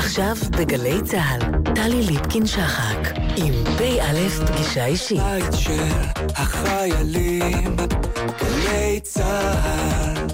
עכשיו בגלי צהל, טלי ליפקין שחק, עם פ"א פגישה אישית. בית של החיילים, גלי צהל.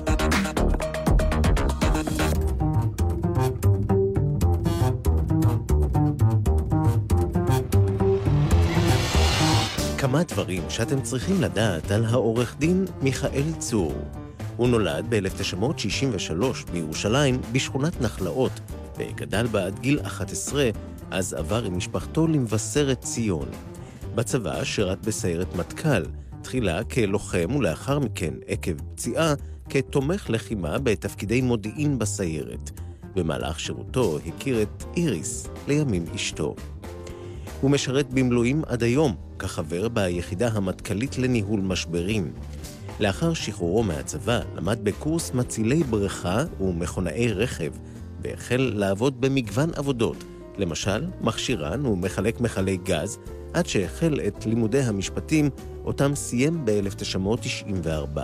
כמה דברים שאתם צריכים לדעת על העורך דין מיכאל צור. הוא נולד ב-1963 בירושלים בשכונת נחלאות, וגדל בה עד גיל 11, אז עבר עם משפחתו למבשרת ציון. בצבא שירת בסיירת מטכ"ל, תחילה כלוחם ולאחר מכן עקב פציעה כתומך לחימה בתפקידי מודיעין בסיירת. במהלך שירותו הכיר את איריס, לימים אשתו. הוא משרת במילואים עד היום, כחבר ביחידה המטכ"לית לניהול משברים. לאחר שחרורו מהצבא למד בקורס מצילי בריכה ומכונאי רכב, והחל לעבוד במגוון עבודות, למשל מכשירן ומחלק מכלי גז, עד שהחל את לימודי המשפטים, אותם סיים ב-1994.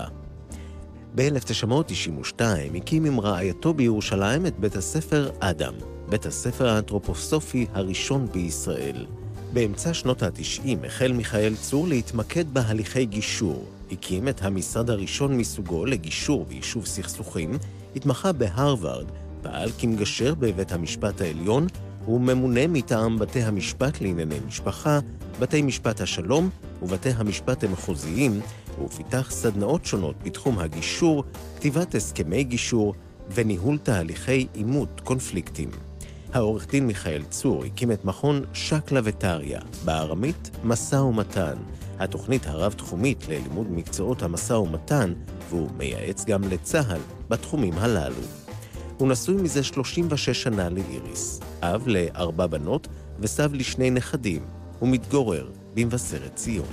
ב-1992 הקים עם רעייתו בירושלים את בית הספר אדם, בית הספר האנתרופוסופי הראשון בישראל. באמצע שנות ה-90 החל מיכאל צור להתמקד בהליכי גישור. הקים את המשרד הראשון מסוגו לגישור ויישוב סכסוכים, התמחה בהרווארד, פעל כמגשר בבית המשפט העליון, וממונה מטעם בתי המשפט לענייני משפחה, בתי משפט השלום ובתי המשפט המחוזיים, ופיתח סדנאות שונות בתחום הגישור, כתיבת הסכמי גישור וניהול תהליכי אימות קונפליקטים. העורך דין מיכאל צור הקים את מכון שקלה וטריה, בארמית מסע ומתן, התוכנית הרב-תחומית ללימוד מקצועות המסע ומתן, והוא מייעץ גם לצהל בתחומים הללו. הוא נשוי מזה 36 שנה לאיריס, אב ל4 בנות וסב ל2 נכדים, ומתגורר במבשרת ציון.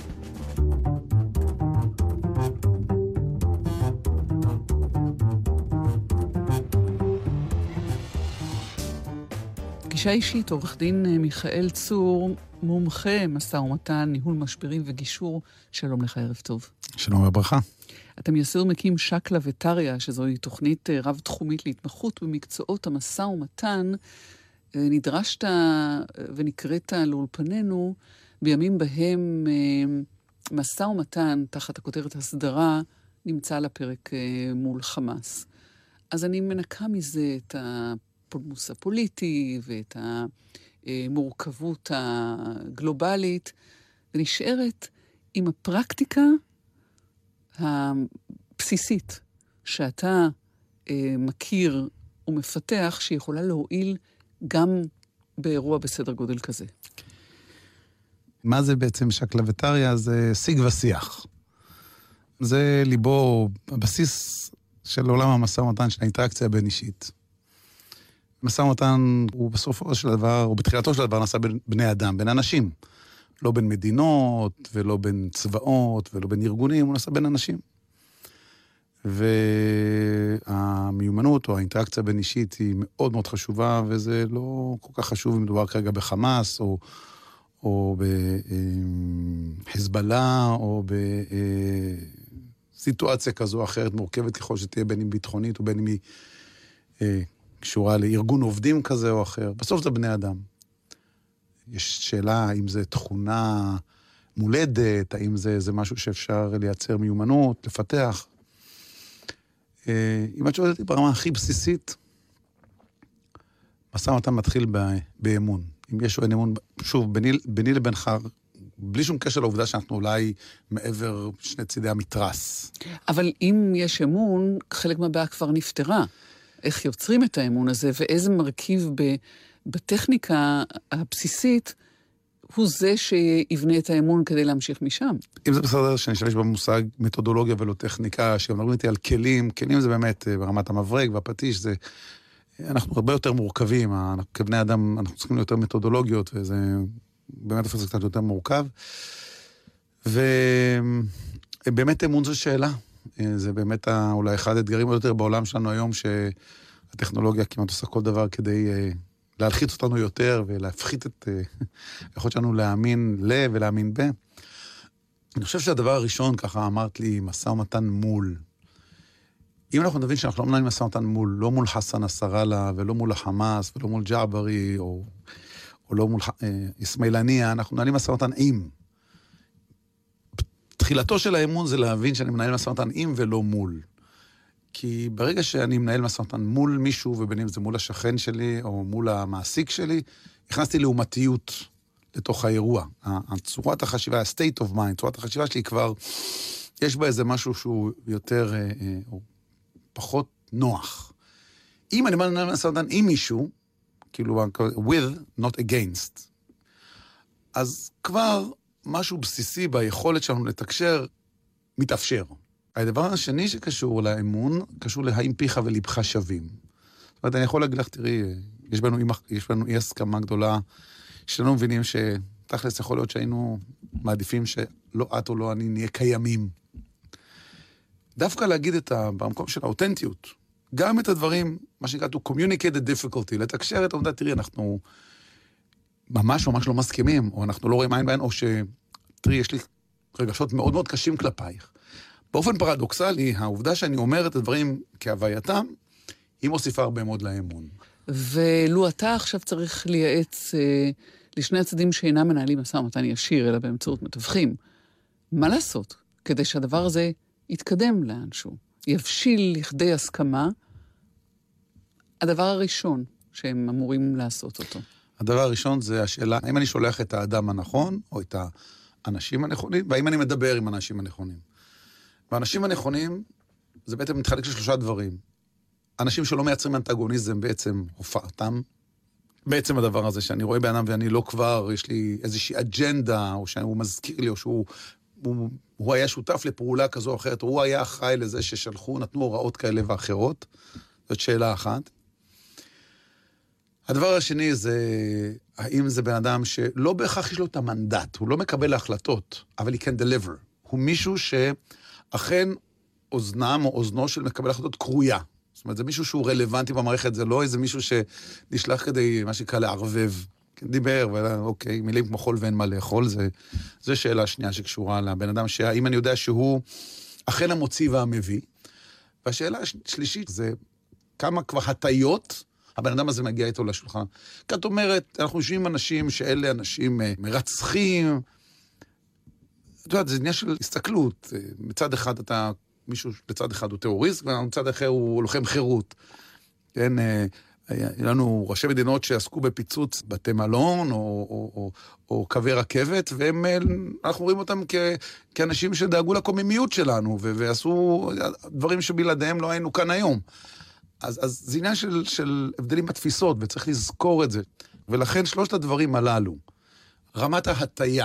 פגישה אישית, עורך דין מיכאל צור, מומחה מסע ומתן, ניהול משברים וגישור. שלום לך, ערב טוב. שלום וברכה. אתה מייסד ומקים שקלה וטריה, שזוהי תוכנית רב-תחומית להתמחות במקצועות המסע ומתן. נדרשת ונקראת לאולפנינו בימים בהם מסע ומתן תחת הכותרת הסדרה נמצא על הפרק מול חמאס. אז אני מנקה מזה את הפולמוס הפוליטי ואת המורכבות הגלובלית, ונשארת עם הפרקטיקה הבסיסית שאתה מכיר ומפתח, שיכולה להועיל גם באירוע בסדר גודל כזה. מה זה בעצם שקלה וטריה? זה שיג ושיח. זה ליבו, הבסיס של עולם המשא ומתן, של האינטראקציה בין אישית. משא ומתן הוא בסופו של דבר, או בתחילתו של דבר, נעשה בין בני אדם, בין אנשים. לא בין מדינות, ולא בין צבאות, ולא בין ארגונים, הוא נעשה בין אנשים. והמיומנות או האינטראקציה בין אישית היא מאוד מאוד חשובה, וזה לא כל כך חשוב אם מדובר כרגע בחמאס, או בחזבאללה, או בסיטואציה כזו או אחרת מורכבת ככל שתהיה, בין אם ביטחונית או בין אם היא קשורה לארגון עובדים כזה או אחר. בסוף זה בני אדם. יש שאלה האם זה תכונה מולדת, האם זה משהו שאפשר לייצר מיומנות, לפתח. אם את שואלת ברמה הכי בסיסית, משא ומתן מתחיל באמון. אם יש או אין אמון, שוב, ביני לבינך, בלי שום קשר לעובדה שאנחנו אולי מעבר שני צידי המתרס. אבל אם יש אמון, חלק מהבעיה כבר נפתרה. איך יוצרים את האמון הזה, ואיזה מרכיב בטכניקה הבסיסית הוא זה שיבנה את האמון כדי להמשיך משם. אם זה בסדר שנשתמש במושג מתודולוגיה ולא טכניקה, שגם מדברים איתי על כלים, כלים זה באמת ברמת המברג והפטיש, זה, אנחנו הרבה יותר מורכבים, כבני אדם אנחנו צריכים יותר מתודולוגיות, וזה באמת אפשר קצת יותר מורכב, ובאמת אמון זו שאלה, זה באמת אולי אחד האתגרים יותר בעולם שלנו היום, שהטכנולוגיה כמעט עושה כל דבר כדי להלחיץ אותנו יותר, ולהפחית את היכולת שלנו להאמין ולהאמין ב. אני חושב שהדבר הראשון, ככה אמרת לי, משא ומתן מול. אם אנחנו נבין שאנחנו לא מנהלים משא ומתן לא מול חסן נסראללה, ולא מול החמאס, ולא מול ג'עברי, או לא מול אסמאעילניה, אנחנו מנהלים משא ומתן עם. תחילתו של האמון זה להבין שאני מנהל משא ומתן עם ולא מול. כי ברגע שאני מנהל משא ומתן מול מישהו, ובין אם זה מול השכן שלי, או מול המעסיק שלי, הכנסתי לעומתיות לתוך האירוע. צורת החשיבה, ה-state of mind, צורת החשיבה שלי כבר, יש בה איזה משהו שהוא יותר, או פחות נוח. אם אני מנהל משא ומתן עם מישהו, כאילו, with, not against, אז כבר משהו בסיסי ביכולת שלנו לתקשר, מתאפשר. הדבר השני שקשור לאמון, קשור להאם פיך ולבך שווים. זאת אומרת, אני יכול להגיד לך, תראי, יש לנו אי הסכמה גדולה, שלנו מבינים שתכלס יכול להיות שהיינו מעדיפים שלא את או לא אני נהיה קיימים. דווקא להגיד במקום של האותנטיות, גם את הדברים, מה שנקרא, to communicate the difficulty, לתקשר את העובדה, תראי, אנחנו ממש לא מסכימים, או אנחנו לא רואים עין בעין, או תראי, יש לי רגשות מאוד מאוד קשים כלפייך. באופן פרדוקסלי, העובדה שאני אומר את הדברים כהווייתם, היא מוסיפה הרבה מאוד לאמון. ולו אתה עכשיו צריך לייעץ לשני הצדדים שאינם מנהלים משא ומתן ישיר, אלא באמצעות מתווכים, מה לעשות כדי שהדבר הזה יתקדם לאנשהו, יבשיל לכדי הסכמה, הדבר הראשון שהם אמורים לעשות אותו. הדבר הראשון זה השאלה, האם אני שולח את האדם הנכון, או את האנשים הנכונים, והאם אני מדבר עם האנשים הנכונים. והאנשים הנכונים, זה בעצם מתחלק לשלושה דברים. אנשים שלא מייצרים אנטגוניזם בעצם הופעתם. בעצם הדבר הזה שאני רואה באדם ואני לא כבר, יש לי איזושהי אג'נדה, או שהוא מזכיר לי, או שהוא היה שותף לפעולה כזו או אחרת, או הוא היה אחראי לזה ששלחו, נתנו הוראות כאלה ואחרות. זאת שאלה אחת. הדבר השני זה, האם זה בן אדם שלא בהכרח יש לו את המנדט, הוא לא מקבל ההחלטות, אבל he can deliver. הוא מישהו שאכן אוזנם או אוזנו של מקבל החלטות קרויה. זאת אומרת, זה מישהו שהוא רלוונטי במערכת, זה לא איזה מישהו שנשלח כדי, מה שנקרא, לערבב. דיבר, ואוקיי, מילים כמו חול ואין מה לאכול, זה שאלה שנייה שקשורה לבן אדם, שהאם אני יודע שהוא אכן המוציא והמביא. והשאלה השלישית זה, כמה כבר הטיות הבן אדם הזה מגיע איתו לשולחן. כי את אומרת, אנחנו יושבים אנשים שאלה אנשים מרצחים. את יודעת, זה עניין של הסתכלות. מצד אחד אתה, מישהו לצד אחד הוא טרוריסט, ומצד אחר הוא לוחם חירות. כן, לנו ראשי מדינות שעסקו בפיצוץ בתי מלון, או קווי רכבת, ואנחנו רואים אותם כאנשים שדאגו לקוממיות שלנו, ועשו דברים שבלעדיהם לא היינו כאן היום. אז זה עניין של הבדלים בתפיסות, וצריך לזכור את זה. ולכן שלושת הדברים הללו, רמת ההטיה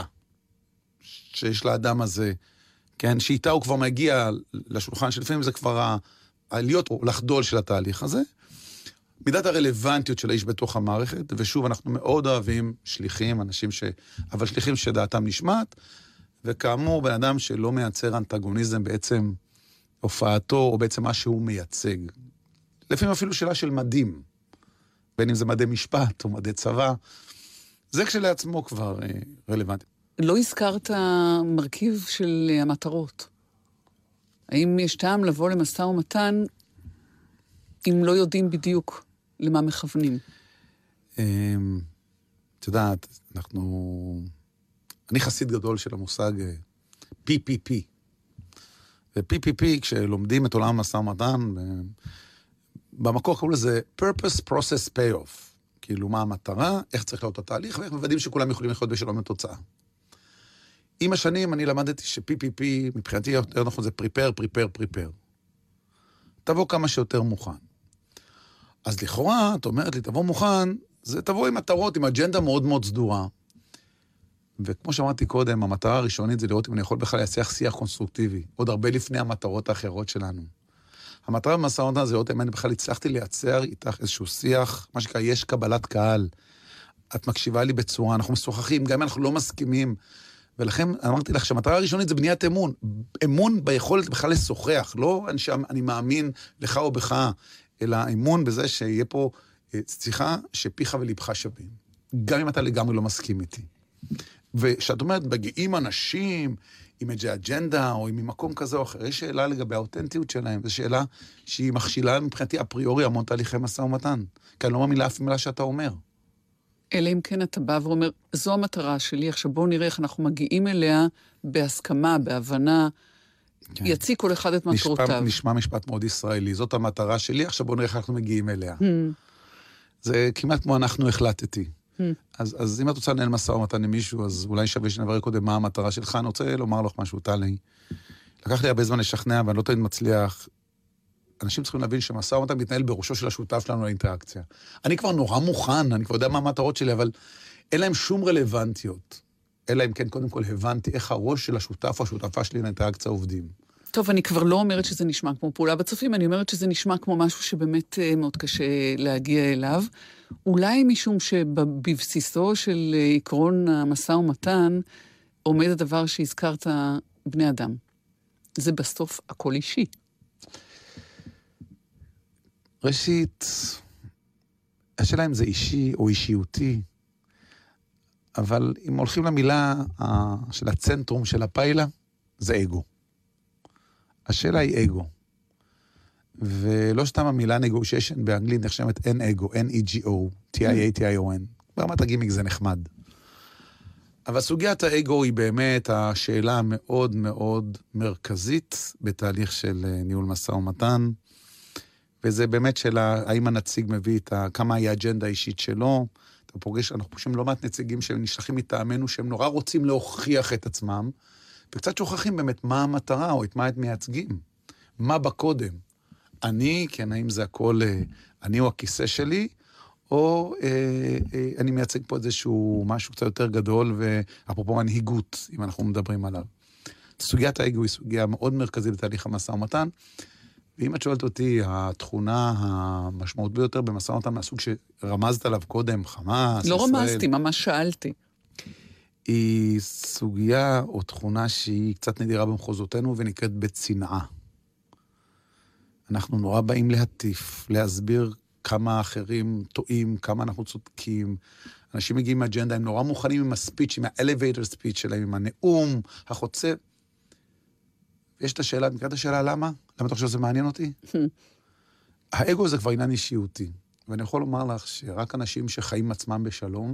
שיש לאדם הזה, כן, שאיתה הוא כבר מגיע לשולחן, שלפעמים זה כבר העליות או לחדול של התהליך הזה, מידת הרלוונטיות של האיש בתוך המערכת, ושוב, אנחנו מאוד אוהבים שליחים, אבל שליחים שדעתם נשמעת, וכאמור, בן אדם שלא מייצר אנטגוניזם בעצם הופעתו, או בעצם מה שהוא מייצג. לפעמים אפילו שאלה של מדים, בין אם זה מדי משפט או מדי צבא, זה כשלעצמו כבר רלוונטי. לא הזכרת מרכיב של המטרות. האם יש טעם לבוא למשא ומתן אם לא יודעים בדיוק למה מכוונים? את יודעת, אני חסיד גדול של המושג PPP. ו-PPP, כשלומדים את עולם המשא ומתן, במקור קוראים לזה Purpose Process Payoff. כאילו מה המטרה, איך צריך להיות התהליך, ואיך מוודאים שכולם יכולים לחיות בשלום לתוצאה. עם השנים אני למדתי ש-PPP, מבחינתי יותר נכון זה prepare. תבוא כמה שיותר מוכן. אז לכאורה, את אומרת לי, תבוא מוכן, זה תבוא עם מטרות, עם אג'נדה מאוד מאוד סדורה. וכמו שאמרתי קודם, המטרה הראשונית זה לראות אם אני יכול בכלל להצליח שיח קונסטרוקטיבי, עוד הרבה לפני המטרות האחרות שלנו. המטרה במשא ומתן זה לראות אם אני בכלל הצלחתי לייצר איתך איזשהו שיח, מה שקרה, יש קבלת קהל. את מקשיבה לי בצורה, אנחנו משוחחים, גם אם אנחנו לא מסכימים. ולכן אמרתי לך שהמטרה הראשונית זה בניית אמון. אמון ביכולת בכלל לשוחח, לא אני מאמין לך או בך, אלא אמון בזה שיהיה פה שיחה שפיך ולבך שווים. גם אם אתה לגמרי לא מסכים איתי. ושאת אומרת, מגיעים אנשים עם איזה אג'נדה, או עם מקום כזה או אחר. יש שאלה לגבי האותנטיות שלהם, זו שאלה שהיא מכשילה מבחינתי אפריורי המון תהליכי משא ומתן. כי אני לא מאמין לאף מילה שאתה אומר. אלא אם כן אתה בא ואומר, זו המטרה שלי, עכשיו בואו נראה איך אנחנו מגיעים אליה בהסכמה, בהבנה, כן. יציג כל אחד את מטרותיו. נשמע משפט מאוד ישראלי, זאת המטרה שלי, עכשיו בואו נראה איך אנחנו מגיעים אליה. זה כמעט כמו אנחנו החלטתי. אז אם את רוצה לנהל משא ומתן עם מישהו, אז אולי שווה שנברר קודם מה המטרה שלך. אני רוצה לומר לך משהו, טלי. לקח לי הרבה זמן לשכנע, ואני לא תמיד מצליח. אנשים צריכים להבין שמשא ומתן מתנהל בראשו של השותף שלנו לאינטראקציה. אני כבר נורא מוכן, אני כבר יודע מה המטרות שלי, אבל אין להם שום רלוונטיות. אלא אם כן, קודם כל הבנתי איך הראש של השותף או השותפה שלי לאינטראקציה עובדים. טוב, אני כבר לא אומרת שזה נשמע כמו פעולה בצופים, אני אומרת שזה נשמע כמו משהו שבאמת מאוד קשה להגיע אליו. אולי משום שבבסיסו של עקרון המשא ומתן עומד הדבר שהזכרת בני אדם. זה בסוף הכל אישי. ראשית, השאלה אם זה אישי או אישיותי, אבל אם הולכים למילה של הצנטרום של הפיילה, זה אגו. השאלה היא אגו. ולא סתם המילה negotiation באנגלית נחשבת N-Ego, N-E-G-O, T-I-A-T-I-O-N. ברמת הגימיק זה נחמד. אבל סוגיית האגו היא באמת השאלה המאוד מאוד מרכזית בתהליך של ניהול משא ומתן, וזה באמת שאלה, האם הנציג מביא כמה היא האג'נדה האישית שלו. אתה פוגש, אנחנו פוגשים לא מעט נציגים שהם נשלחים מטעמנו, שהם נורא רוצים להוכיח את עצמם, וקצת שוכחים באמת מה המטרה, או את מה את מייצגים. מה בקודם? אני, כן, האם זה הכל, אני או הכיסא שלי, או אני מייצג פה איזשהו משהו קצת יותר גדול, ואפרופו מנהיגות, אם אנחנו מדברים עליו. סוגיית האגו היא סוגיה מאוד מרכזית בתהליך המשא ומתן, ואם את שואלת אותי, התכונה המשמעות ביותר במשא ומתן מהסוג שרמזת עליו קודם, חמאס, לא ישראל, רמזתי, ממש שאלתי. היא סוגיה או תכונה שהיא קצת נדירה במחוזותינו ונקראת בצנעה. אנחנו נורא באים להטיף, להסביר כמה אחרים טועים, כמה אנחנו צודקים. אנשים מגיעים מהאג'נדה, הם נורא מוכנים עם הספיץ', עם האלווייטר ספיץ' שלהם, עם הנאום, החוצה. יש את השאלה, נקראת השאלה למה? למה אתה חושב שזה מעניין אותי? האגו זה כבר עניין אישיותי. ואני יכול לומר לך שרק אנשים שחיים עצמם בשלום,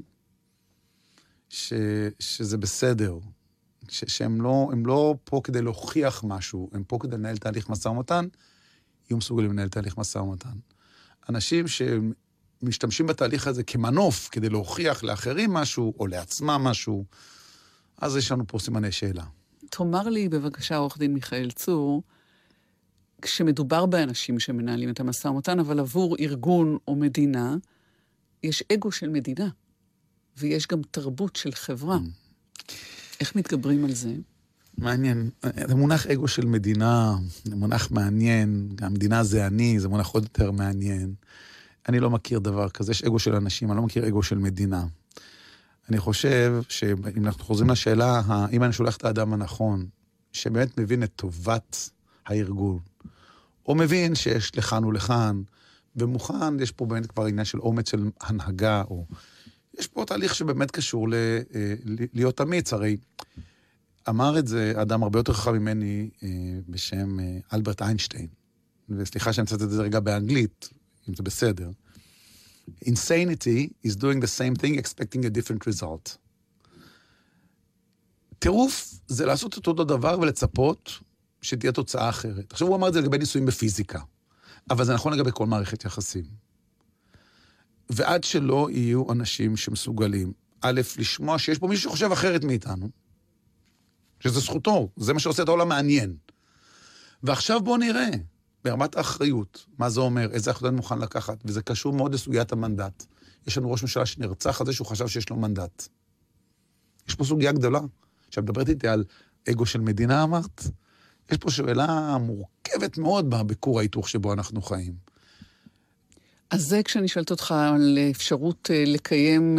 שזה בסדר, שהם לא פה כדי להוכיח משהו, הם פה כדי לנהל תהליך משא ומתן, יהיו מסוגלים לנהל תהליך משא ומתן. אנשים שמשתמשים בתהליך הזה כמנוף, כדי להוכיח לאחרים משהו, או לעצמם משהו, אז יש לנו פה סימני שאלה. תאמר לי בבקשה, עורך דין מיכאל צור, כשמדובר באנשים שמנהלים את המשא ומתן, אבל עבור ארגון או מדינה, יש אגו של מדינה, ויש גם תרבות של חברה. איך מתגברים על זה? מעניין. זה מונח אגו של מדינה, זה מונח מעניין, גם מדינה זה אני, זה מונח עוד יותר מעניין. אני לא מכיר דבר כזה, יש אגו של אנשים, אני לא מכיר אגו של מדינה. אני חושב שאם אנחנו חוזרים לשאלה, אם אני שולח את האדם הנכון, שבאמת מבין את טובת הארגון, או מבין שיש לכאן ולכאן, ומוכן, יש פה באמת כבר עניין של אומץ של הנהגה, או יש פה תהליך שבאמת קשור להיות אמיץ, הרי אמר את זה אדם הרבה יותר חכם ממני בשם אלברט איינשטיין, וסליחה שאני מצטט את זה רגע באנגלית, אם זה בסדר. Insanity is doing the same thing, expecting a different result. טירוף זה לעשות אותו דבר ולצפות שתהיה תוצאה אחרת. עכשיו הוא אמר את זה לגבי ניסויים בפיזיקה, אבל זה נכון לגבי כל מערכת יחסים. ועד שלא יהיו אנשים שמסוגלים, א', לשמוע שיש פה מישהו שחושב אחרת מאיתנו, שזה זכותו, זה מה שעושה את העולם מעניין. ועכשיו בואו נראה, ברמת האחריות, מה זה אומר, איזה אחריות אני מוכן לקחת, וזה קשור מאוד לסוגיית המנדט. יש לנו ראש ממשלה שנרצח על זה שהוא חשב שיש לו מנדט. יש פה סוגיה גדולה. עכשיו, מדברת איתי על אגו של מדינה, אמרת? יש פה שאלה מורכבת מאוד בביקור ההיתוך שבו אנחנו חיים. אז זה כשאני שואלת אותך על אפשרות לקיים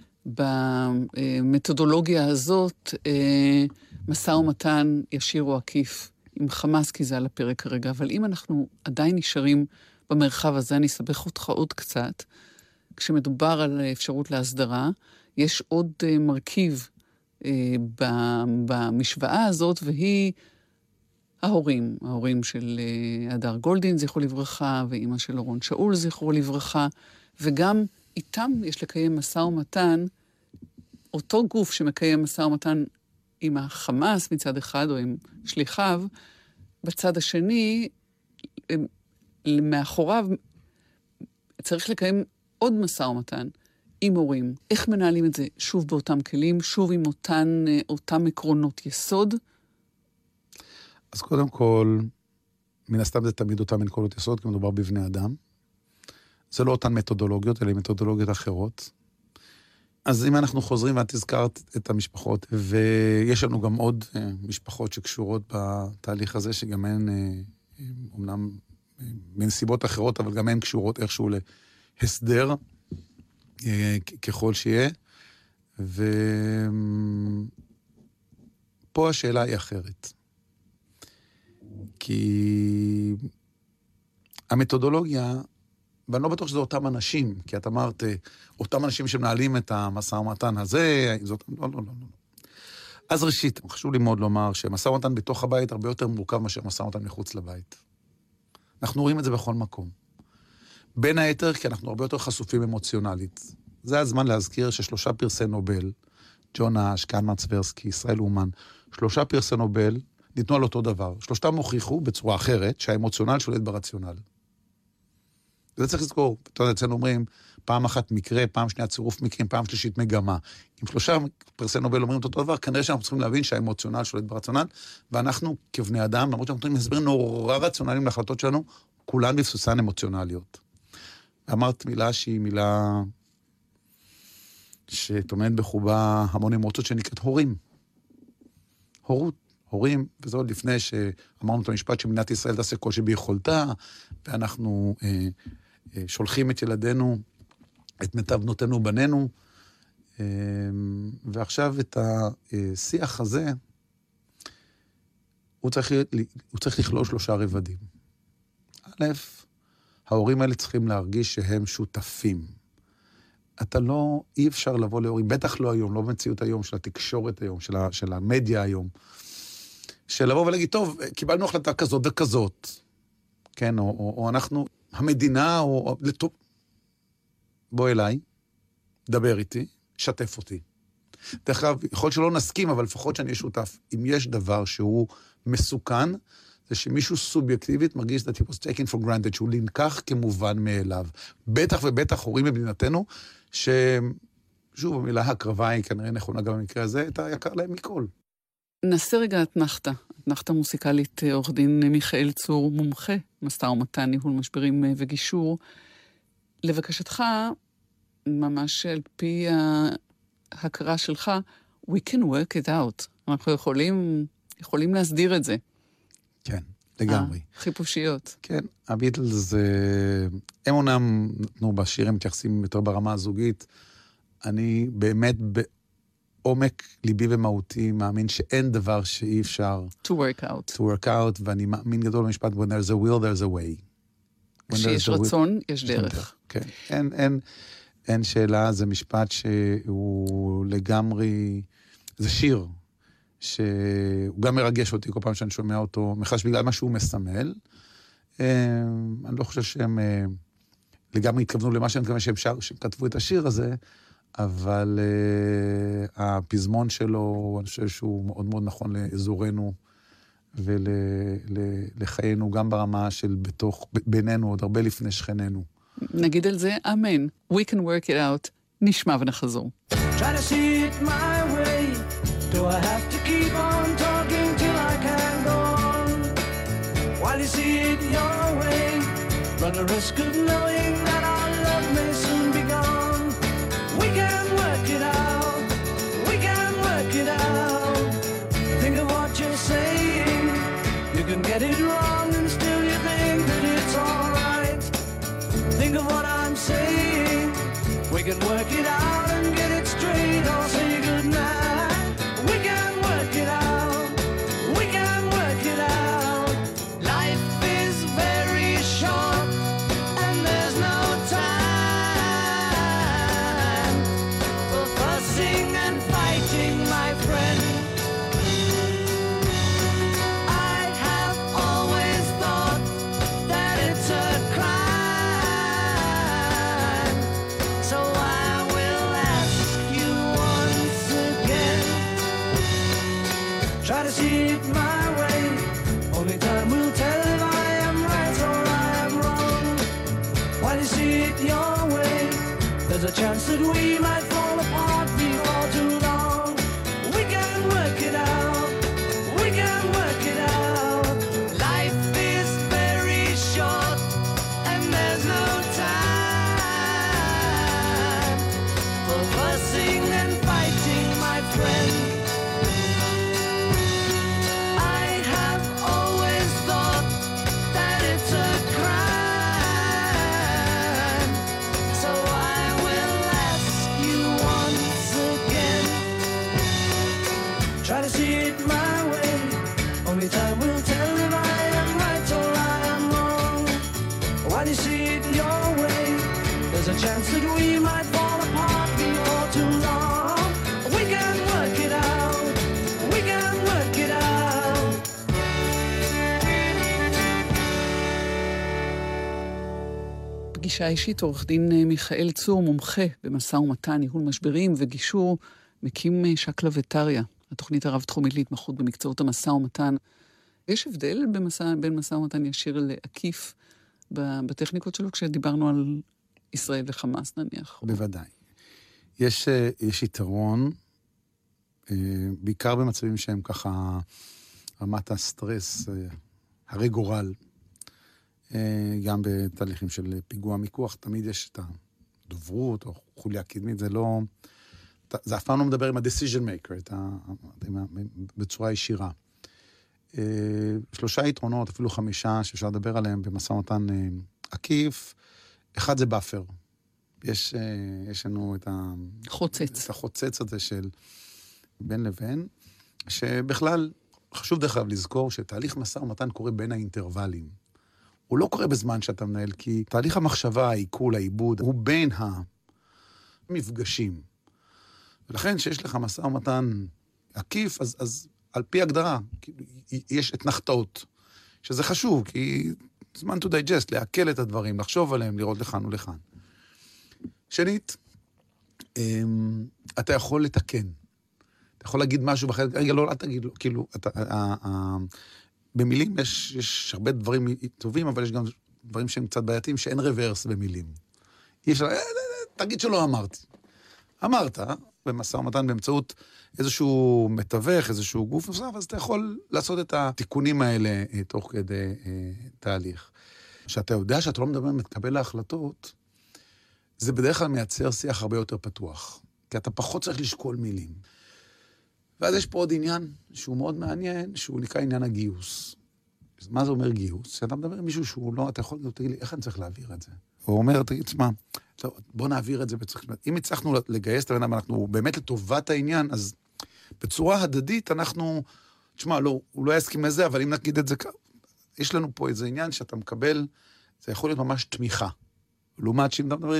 במתודולוגיה הזאת משא ומתן ישיר או עקיף עם חמאס, כי זה על הפרק כרגע, אבל אם אנחנו עדיין נשארים במרחב הזה, אני אסבך אותך עוד קצת, כשמדובר על אפשרות להסדרה, יש עוד מרכיב במשוואה הזאת, והיא ההורים של הדר גולדין, זכרו לברכה, ואמא של אורון שאול, זכרו לברכה, וגם איתם יש לקיים משא ומתן, אותו גוף שמקיים משא ומתן עם החמאס מצד אחד, או עם שליחיו, בצד השני, מאחוריו, צריך לקיים עוד משא ומתן עם הורים. איך מנהלים את זה? שוב באותם כלים, שוב עם אותם עקרונות יסוד? אז קודם כל, מן הסתם זה תמיד אותם עקרונות יסוד, כי מדובר בבני אדם. זה לא אותן מתודולוגיות, אלא מתודולוגיות אחרות. אז אם אנחנו חוזרים, ואת הזכרת את המשפחות, ויש לנו גם עוד משפחות שקשורות בתהליך הזה, שגם הן, אומנם מנסיבות אחרות, אבל גם הן קשורות איכשהו להסדר, ככל שיהיה. ופה השאלה היא אחרת. כי המתודולוגיה, ואני לא בטוח שזה אותם אנשים, כי את אמרת, אותם אנשים שמנהלים את המשא ומתן הזה, זאת, לא. אז ראשית, חשוב לי מאוד לומר שמשא ומתן בתוך הבית הרבה יותר מורכב מאשר משא ומתן מחוץ לבית. אנחנו רואים את זה בכל מקום. בין היתר, כי אנחנו הרבה יותר חשופים אמוציונלית. זה הזמן להזכיר ש3 פרסי נובל, ג'ון אש, קלמן צברסקי, ישראל אומן, 3 פרסי נובל ניתנו על אותו דבר. 3 הוכיחו בצורה אחרת שהאמוציונל שולט ברציונל. וזה צריך לזכור. אתה יודע, אצלנו אומרים, פעם אחת מקרה, פעם שנייה צירוף מקרים, פעם שלישית מגמה. אם 3 פרסי נובל אומרים את אותו דבר, כנראה שאנחנו צריכים להבין שהאמוציונל שולט ברציונל, ואנחנו כבני אדם, למרות שאנחנו נותנים הסברים נורא רציונליים להחלטות שלנו, כולן בבסוסן אמוציונליות. אמרת מילה שהיא מילה שטומנת בחובה המון אמוציות שנקראת הורים. הורים, וזה עוד לפני שאמרנו את המשפט שמדינת ישראל תעשה כל שביכולתה, ואנחנו שולחים את ילדינו, את מיטב בנותינו בנינו, ועכשיו את השיח הזה, הוא צריך לכלול 3 רבדים. א', ההורים האלה צריכים להרגיש שהם שותפים. אי אפשר לבוא להורים, בטח לא היום, לא במציאות היום של התקשורת היום, של המדיה היום, של לבוא ולהגיד, טוב, קיבלנו החלטה כזאת וכזאת, כן, או אנחנו, המדינה, או לטוב, בוא אליי, דבר איתי, שתף אותי. דרך אגב, יכול שלא נסכים, אבל לפחות שאני אהיה שותף. אם יש דבר שהוא מסוכן, זה שמישהו סובייקטיבית מרגיש that he was taken for granted, שהוא לנקח כמובן מאליו. בטח ובטח הורים במדינתנו, ששוב, המילה הקרבה היא כנראה נכונה גם במקרה הזה, את היקר להם מכל. נעשה רגע אתנחתה מוסיקלית, עורך דין מיכאל צור, מומחה, משא ומתן, ניהול משברים וגישור. לבקשתך, ממש על פי ההכרה שלך, we can work it out. אנחנו יכולים להסדיר את זה. כן, לגמרי. חיפושיות. כן, הביטלס, הם אומנם נתנו בשירים מתייחסים יותר ברמה הזוגית, אני באמת בעומק ליבי ומהותי מאמין שאין דבר שאי אפשר to work out, ואני מאמין גדול במשפט, when there's a will, there's a way. כשיש רצון, יש דרך. כן, אין שאלה, זה משפט שהוא לגמרי, זה שיר, שהוא גם מרגש אותי כל פעם שאני שומע אותו, מחש בגלל מה שהוא מסמל. אני לא חושב שהם לגמרי התכוונו למה שהם מתכוון שהם כתבו את השיר הזה, אבל הפזמון שלו, אני חושב שהוא מאוד מאוד נכון לאזורנו ולחיינו, גם ברמה של בינינו, עוד הרבה לפני שכננו. נגיד על זה, אמן. We can work it out. נשמע ונחזור. Try to see it my way. Do I have to keep on talking till I can go on? While you see it your way, run the risk of knowing that our love may soon be gone. We can work it out. We can work it out. Think of what you're saying. You can get it wrong and still you think that it's all right. Think of what I'm saying. We can work it out and get it straight. I'll say goodnight. We can work it out. We can work it out. Life is very short and there's no time for fussing and fighting, my friend. Try to see it my way. Only time will tell if I am right or I am wrong. While you see it your way, there's a chance that we might fall apart before too long. We can work it out. We can work it out. Life is very short and there's no time for fussing and fighting, my friend. I have always thought that it's a crime, so I will ask you once again. Try to see it my way. Only time will tell if I am right or I am wrong. While you see it your way, there's a chance that we might fall apart before too long. We can work it out. We can work it out. פגישה אישית, עורך דין מיכאל צור, מומחה במשא ומתן, ניהול משברים וגישור, מקים שקלא וטריא, התוכנית הרב-תחומית להתמחות במקצועות המשא ומתן. יש הבדל בין משא ומתן ישיר לעקיף בטכניקות שלו, כשדיברנו על ישראל וחמאס נניח? בוודאי. יש יתרון, בעיקר במצבים שהם ככה רמת הסטרס, הרי גורל, גם בתהליכים של פיגוע מיקוח, תמיד יש את הדוברות או חוליה קדמית, זה אף פעם לא מדבר עם ה-decision maker, בצורה ישירה. 3 יתרונות, אפילו 5, שאפשר לדבר עליהם במשא ומתן עקיף. אחד זה באפר. יש לנו את החוצץ הזה של בין לבין, שבכלל חשוב דרך כלל לזכור שתהליך משא ומתן קורה בין האינטרוולים. הוא לא קורה בזמן שאתה מנהל, כי תהליך המחשבה, העיכול, העיבוד, הוא בין המפגשים. ולכן שיש לך משא ומתן עקיף, אז על פי הגדרה, יש אתנחתאות, שזה חשוב, כי זמן to digest, להקל את הדברים, לחשוב עליהם, לראות לכאן ולכאן. שנית, אתה יכול לתקן. אתה יכול להגיד משהו בחלק, רגע, לא, אל תגיד לו, כאילו, במילים יש הרבה דברים טובים, אבל יש גם דברים שהם קצת בעייתיים, שאין רוורס במילים. אי אפשר, תגיד שלא אמרתי. אמרת, במשא ומתן באמצעות איזשהו מתווך, איזשהו גוף נוסף, אז אתה יכול לעשות את התיקונים האלה תוך כדי תהליך. שאתה יודע שאתה לא מדבר מתקבל להחלטות, זה בדרך כלל מייצר שיח הרבה יותר פתוח, כי אתה פחות צריך לשקול מילים. ואז יש פה עוד עניין שהוא מאוד מעניין, שהוא נקרא עניין הגיוס. מה זה אומר גיוס? שאתה מדבר עם מישהו שהוא לא, אתה יכול, תגיד לי, איך אני צריך להעביר את זה? הוא אומר, תגיד, שמה, בוא נעביר את זה בצורה, אם הצלחנו לגייס את הבן, אנחנו באמת לטובת העניין, אז בצורה הדדית אנחנו, תשמע, לא, הוא לא יסכים לזה, אבל אם נגיד את זה, יש לנו פה איזה עניין שאתה מקבל, זה יכול להיות ממש תמיכה. לעומת שאם אתה מדבר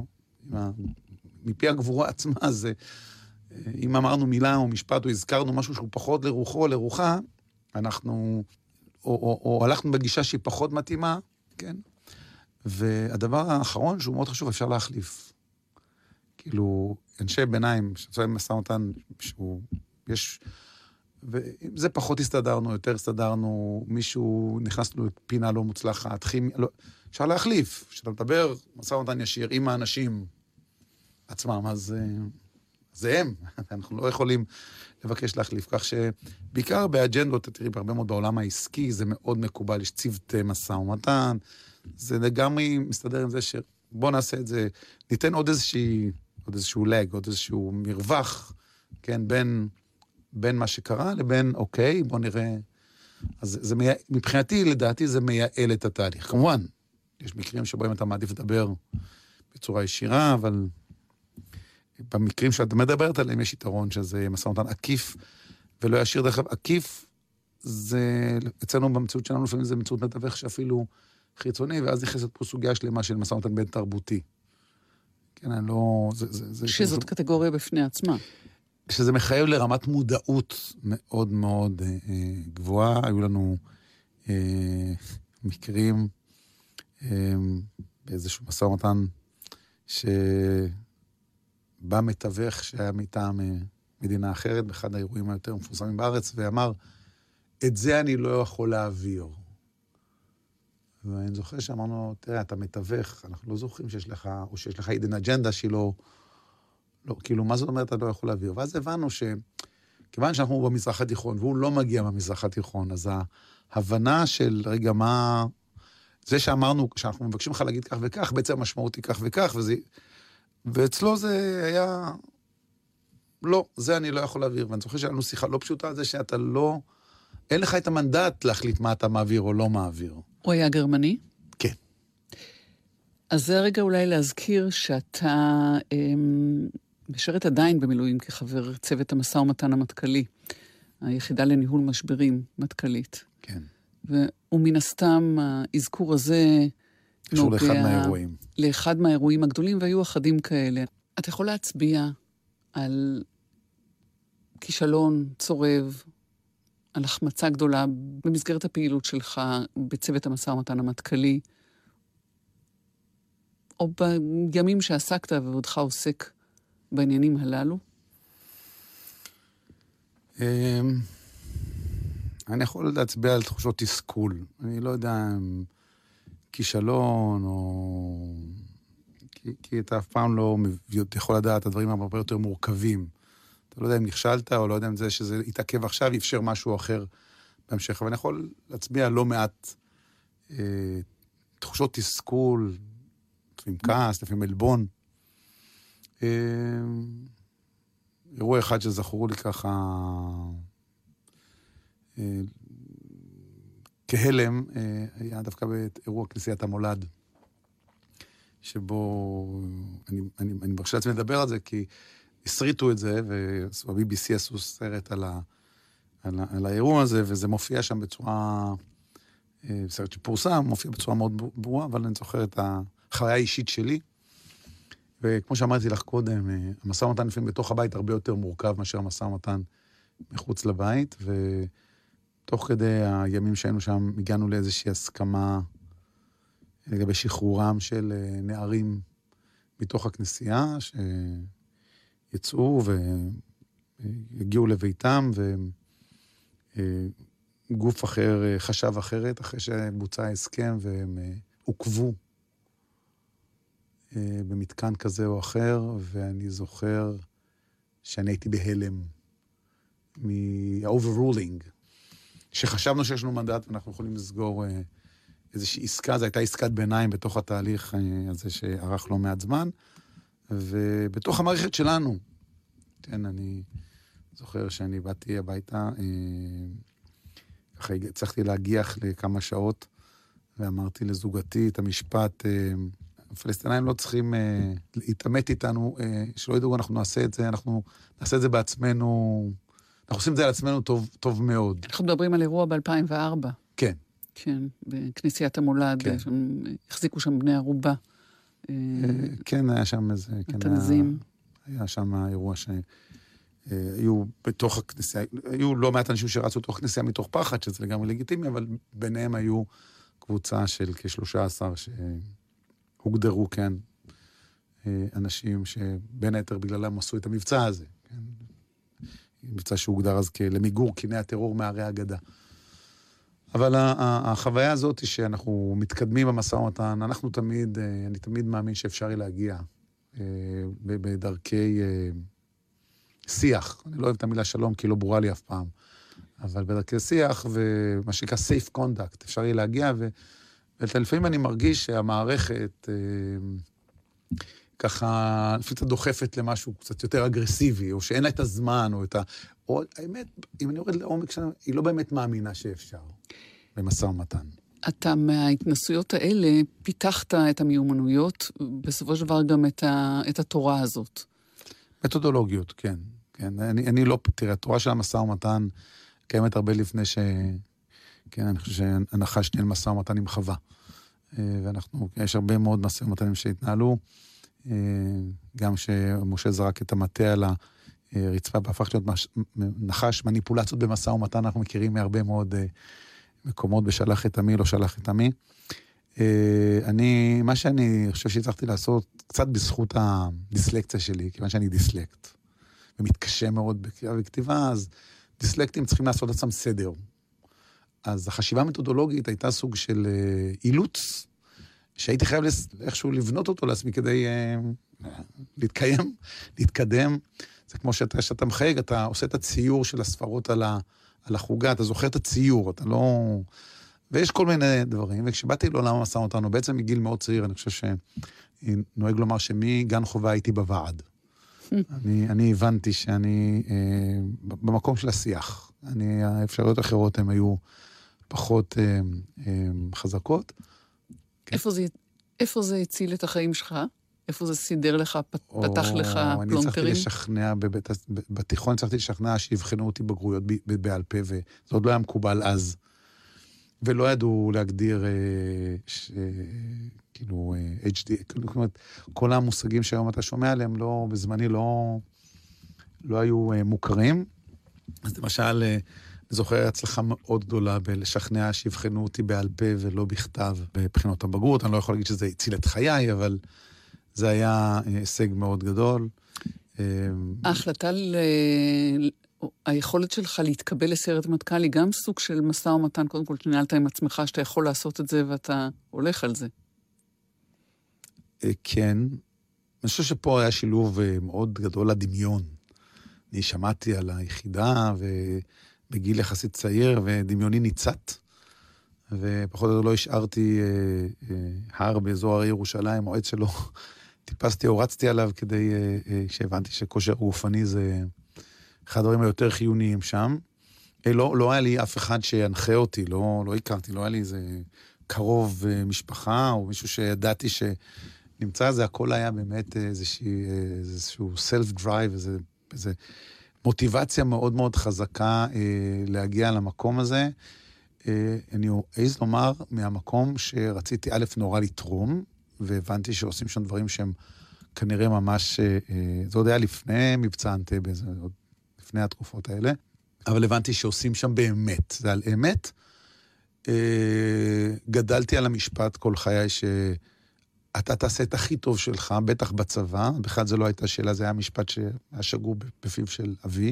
מפי הגבורה עצמה, אז אם אמרנו מילה או משפט, או הזכרנו משהו שהוא פחות לרוחו או לרוחה, אנחנו, או הלכנו בגישה שהיא פחות מתאימה, כן? והדבר האחרון שהוא מאוד חשוב, אפשר להחליף. כאילו, אנשי ביניים, שצריכים משא ומתן, שהוא, יש, ואם זה פחות הסתדרנו, יותר הסתדרנו, מישהו נכנס לו פינה לא מוצלחת, לא, אפשר להחליף. כשאתה מדבר משא ומתן ישיר עם האנשים עצמם, אז זה הם. אנחנו לא יכולים לבקש להחליף. כך שבעיקר באג'נדות, תראי, בהרבה מאוד בעולם העסקי, זה מאוד מקובל, יש צוותי משא ומתן, זה לגמרי מסתדר עם זה שבוא נעשה את זה, ניתן עוד איזשהו לג, עוד איזשהו מרווח, כן, בין מה שקרה לבין, אוקיי, בוא נראה. אז זה מבחינתי, לדעתי, זה מייעל את התהליך. כמובן, יש מקרים שבהם אתה מעדיף לדבר בצורה ישירה, אבל במקרים שאת מדברת עליהם יש יתרון שזה משא ומתן עקיף, ולא ישיר דרך עקיף, זה, אצלנו במציאות שלנו, לפעמים זה מציאות מתווך שאפילו חיצוני, ואז נכנסת פה סוגיה שלמה של משא ומתן בין תרבותי. כן, אני לא... שזאת קטגוריה בפני עצמה. שזה מחייב לרמת מודעות מאוד מאוד גבוהה. היו לנו מקרים באיזשהו משא ומתן שבא מתווך שהיה מטעם מדינה אחרת, באחד האירועים היותר מפורסמים בארץ, ואמר, את זה אני לא יכול להעביר. ואני זוכר שאמרנו, תראה, אתה מתווך, אנחנו לא זוכרים שיש לך, או שיש לך אידן אג'נדה שהיא לא, כאילו, מה זאת אומרת, אתה לא יכול להעביר? ואז הבנו כיוון שאנחנו במזרח התיכון, והוא לא מגיע במזרח התיכון, אז ההבנה של, רגע, מה... זה שאמרנו, שאנחנו מבקשים לך להגיד כך וכך, בעצם המשמעות היא כך וכך, ואצלו זה היה... לא, זה אני לא יכול להעביר. ואני זוכר שהיה לנו שיחה לא פשוטה על זה שאתה לא... אין לך את המנדט להחליט מה אתה מעביר או לא מעביר. הוא היה גרמני? כן. אז זה רגע אולי להזכיר שאתה משרת עדיין במילואים כחבר צוות המשא ומתן המטכ"לי, היחידה לניהול משברים מטכ"לית. כן. ומן הסתם האזכור הזה קשור לאחד מהאירועים. לאחד מהאירועים הגדולים, והיו אחדים כאלה. אתה יכול להצביע על כישלון צורב, על החמצה גדולה במסגרת הפעילות שלך בצוות המשא ומתן המטכ"לי, או בימים שעסקת ועודך עוסק בעניינים הללו? אני יכול להצביע על תחושות תסכול. אני לא יודע אם כישלון או... כי אתה אף פעם לא יכול לדעת את הדברים הרבה יותר מורכבים. אתה לא יודע אם נכשלת או לא יודע אם זה שזה יתעכב עכשיו, יפשר משהו אחר בהמשך. אבל אני יכול להצביע לא מעט תחושות תסכול, לפעמים כעס, לפעמים אלבון. אירוע אחד שזכרו לי ככה כהלם, היה דווקא באירוע כנסיית המולד, שבו אני מרשה לעצמי לדבר על זה, כי הסריטו את זה, וב-BBC עשו סרט על האירוע הזה, וזה מופיע שם בצורה, סרט שפורסם, מופיע בצורה מאוד ברורה, אבל אני זוכר את החוויה האישית שלי, וכמו שאמרתי לך קודם, המשא ומתן לפעמים בתוך הבית הרבה יותר מורכב מאשר המשא ומתן מחוץ לבית, ותוך כדי הימים שהיינו שם, הגענו לאיזושהי הסכמה לגבי שחרורם של נערים מתוך הכנסייה, שיצאו והגיעו לביתם, וגוף אחר חשב אחרת, אחרי שבוצע ההסכם, והם עוקבו במתקן כזה או אחר, ואני זוכר שאני הייתי בהלם מה-overruling, שחשבנו שיש לנו מנדט ואנחנו יכולים לסגור איזושהי עסקה, זו הייתה עסקת ביניים בתוך התהליך הזה שערך לא מעט זמן, ובתוך המערכת שלנו, כן, אני זוכר שאני באתי הביתה, ככה צריכתי להגיח לכמה שעות, ואמרתי לזוגתי את המשפט, הפלסטינאים לא צריכים להתאמת איתנו, שלא ידעו, אנחנו נעשה את זה, אנחנו נעשה את זה בעצמנו, אנחנו עושים את זה על עצמנו טוב מאוד. אנחנו מדברים על אירוע ב-2004. כן. כן, בכנסיית המולד, כן. החזיקו שם בני ערובה. כן, היה שם איזה... התנזים. היה שם אירוע שהיו בתוך הכנסייה, היו לא מעט אנשים שרצו בתוך הכנסייה מתוך פחד, שזה לגמרי לגיטימי, אבל ביניהם היו קבוצה של כ-13 שהוגדרו, כן, אנשים שבין היתר בגללם עשו את המבצע הזה. כן? מבצע שהוגדר אז למיגור קיני הטרור מערי הגדה. אבל החוויה הזאת היא שאנחנו מתקדמים במשא ומתן, אנחנו תמיד, אני תמיד מאמין שאפשר להגיע בדרכי שיח. אני לא אוהב את המילה שלום, כי היא לא ברורה לי אף פעם. אבל בדרכי שיח, ומה שנקרא safe conduct, אפשר להגיע, ולפעמים אני מרגיש שהמערכת ככה, לפעמים אתה דוחפת למשהו קצת יותר אגרסיבי, או שאין לה את הזמן, או האמת, אם אני יורד לעומק שלנו, היא לא באמת מאמינה שאפשר במשא ומתן. אתה מההתנסויות האלה פיתחת את המיומנויות, בסופו של דבר גם את התורה הזאת. מתודולוגיות, כן. כן. אני לא, תראה, התורה של המשא ומתן קיימת הרבה לפני כן, אני חושב שהנחה שניהל משא ומתן עם חווה. יש הרבה מאוד משא ומתנים שהתנהלו, גם שמשה זרק את המטה על הרצפה, והפך להיות נחש, מניפולציות במשא ומתן, אנחנו מכירים מהרבה מאוד מקומות בשלח את עמי, לא שלח את עמי. מה שאני חושב שהצלחתי לעשות, קצת בזכות הדיסלקציה שלי, כיוון שאני דיסלקט. ומתקשה מאוד בקריאה וכתיבה, אז דיסלקטים צריכים לעשות עצמם סדר. אז החשיבה המתודולוגית הייתה סוג של אילוץ, שהייתי חייב איכשהו לבנות אותו לעצמי כדי להתקדם. זה כמו שאתה מחייג, אתה עושה את הציור של הספרות על החוגה, אתה זוכר את הציור, אתה לא... ויש כל מיני דברים, וכשבאתי לעולם המשא ומתן, בעצם מגיל מאוד צעיר, אני חושב שנוהג לומר שמגן חובה הייתי בוועד. אני הבנתי שאני במקום של השיח. האפשרויות האחרות הן היו פחות חזקות. איפה זה הציל את החיים שלך? איפה זה סידר לך, פתח לך פלונטרים? אני צריכתי לשכנע, בתיכון צריכתי לשכנע שיבחנו אותי בגרויות בעל פה, וזה עוד לא היה מקובל אז. ולא ידעו להגדיר, כאילו, HD, כלומר, כל המושגים שהיום אתה שומע עליהם, בזמני לא היו מוכרים. אז למשל, אני זוכר הצלחה מאוד גדולה בלשכנע שיבחנו אותי בעל פה ולא בכתב בבחינות הבגרות. אני לא יכול להגיד שזה הציל את חיי, אבל זה היה הישג מאוד גדול. ההחלטה היכולת שלך להתקבל לסיירת מטכ"ל היא גם סוג של משא ומתן, קודם כל תנהלת עם עצמך שאתה יכול לעשות את זה ואתה הולך על זה. כן. אני חושב שפה היה שילוב מאוד גדול לדמיון. אני שמעתי על היחידה ובגיל יחסית צעיר ודמיוני ניצת, ופחות או יותר לא השארתי הר באזור הרי ירושלים, מועד שלא טיפסתי או רצתי עליו כדי שהבנתי שכושר גופני זה... אחד הדברים היותר חיוניים שם. לא היה לי אף אחד שינחה אותי, לא הכרתי, לא היה לי איזה קרוב משפחה, או מישהו שידעתי שנמצא, זה הכל היה באמת איזשהו self-drive, איזו מוטיבציה מאוד מאוד חזקה להגיע למקום הזה. אני אעז לומר מהמקום שרציתי א' נורא לתרום, והבנתי שעושים שם דברים שהם כנראה ממש, זה עוד היה לפני מבצע אנטבה, זה עוד לפני התקופות האלה, אבל הבנתי שעושים שם באמת, זה על אמת. גדלתי על המשפט כל חיי שאתה תעשה את הכי טוב שלך, בטח בצבא, בכלל זה לא הייתה שאלה, זה היה משפט שהיה שגור בפיו של אבי.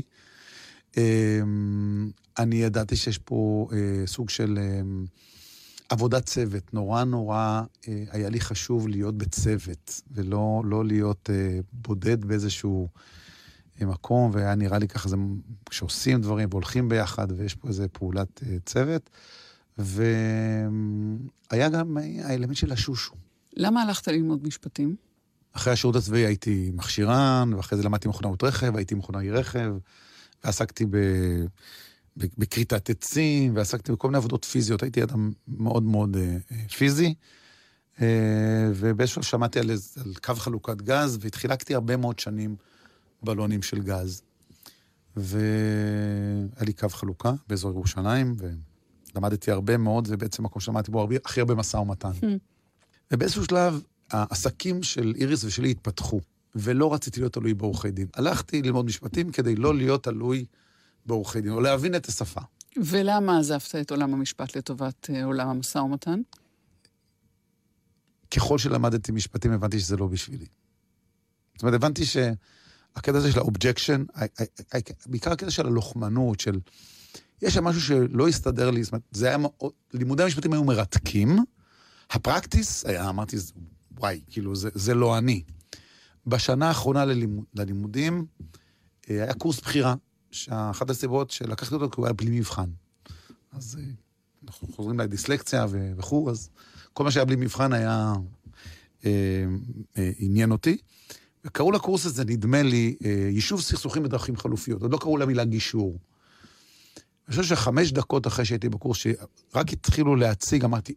אני ידעתי שיש פה סוג של עבודת צוות, נורא היה לי חשוב להיות בצוות, ולא להיות בודד באיזשהו מקום, והיה נראה לי ככה, כשעושים דברים והולכים ביחד, ויש פה איזו פעולת צוות, והיה גם האלמנט של השושו. למה הלכת ללמוד משפטים? אחרי השירות הצבאי הייתי מכשירן, ואחרי זה למדתי מכונאות רכב, הייתי מכונאי רכב, ועסקתי בקריטת עצים, ועסקתי בכל מיני עבודות פיזיות, הייתי אדם מאוד מאוד פיזי, ובאיזשהו שמעתי על קו חלוקת גז, והתחילקתי הרבה מאוד שנים בלונים של גז. והיה לי קו חלוקה באזור ירושלים, ולמדתי הרבה מאוד, זה בעצם מקום שלמדתי בו הכי הרבה משא ומתן. ובאיזשהו שלב, העסקים של איריס ושלי התפתחו, ולא רציתי להיות תלוי בעורכי דין. הלכתי ללמוד משפטים כדי לא להיות תלוי בעורכי דין, או להבין את השפה. ולמה עזבת את עולם המשפט לטובת עולם המשא ומתן? ככל שלמדתי משפטים, הבנתי שזה לא בשבילי. זאת אומרת, הבנתי שהקטע הזה של האובג'קשן, בעיקר הקטע של הלוחמנות, של... יש שם משהו שלא הסתדר לי, זאת אומרת, זה היה... לימודי המשפטים היו מרתקים, הפרקטיס היה, אמרתי, וואי, כאילו, זה לא אני. בשנה האחרונה ללימודים, היה קורס בחירה, שאחת הסיבות שלקחתי אותו, כי הוא היה בלי מבחן. אז אנחנו חוזרים לדיסלקציה וכו', אז כל מה שהיה בלי מבחן היה עניין אותי. וקראו לקורס הזה, נדמה לי, יישוב סכסוכים בדרכים חלופיות. עוד לא קראו למילה גישור. אני חושב ש5 דקות אחרי שהייתי בקורס, שרק התחילו להציג, אמרתי,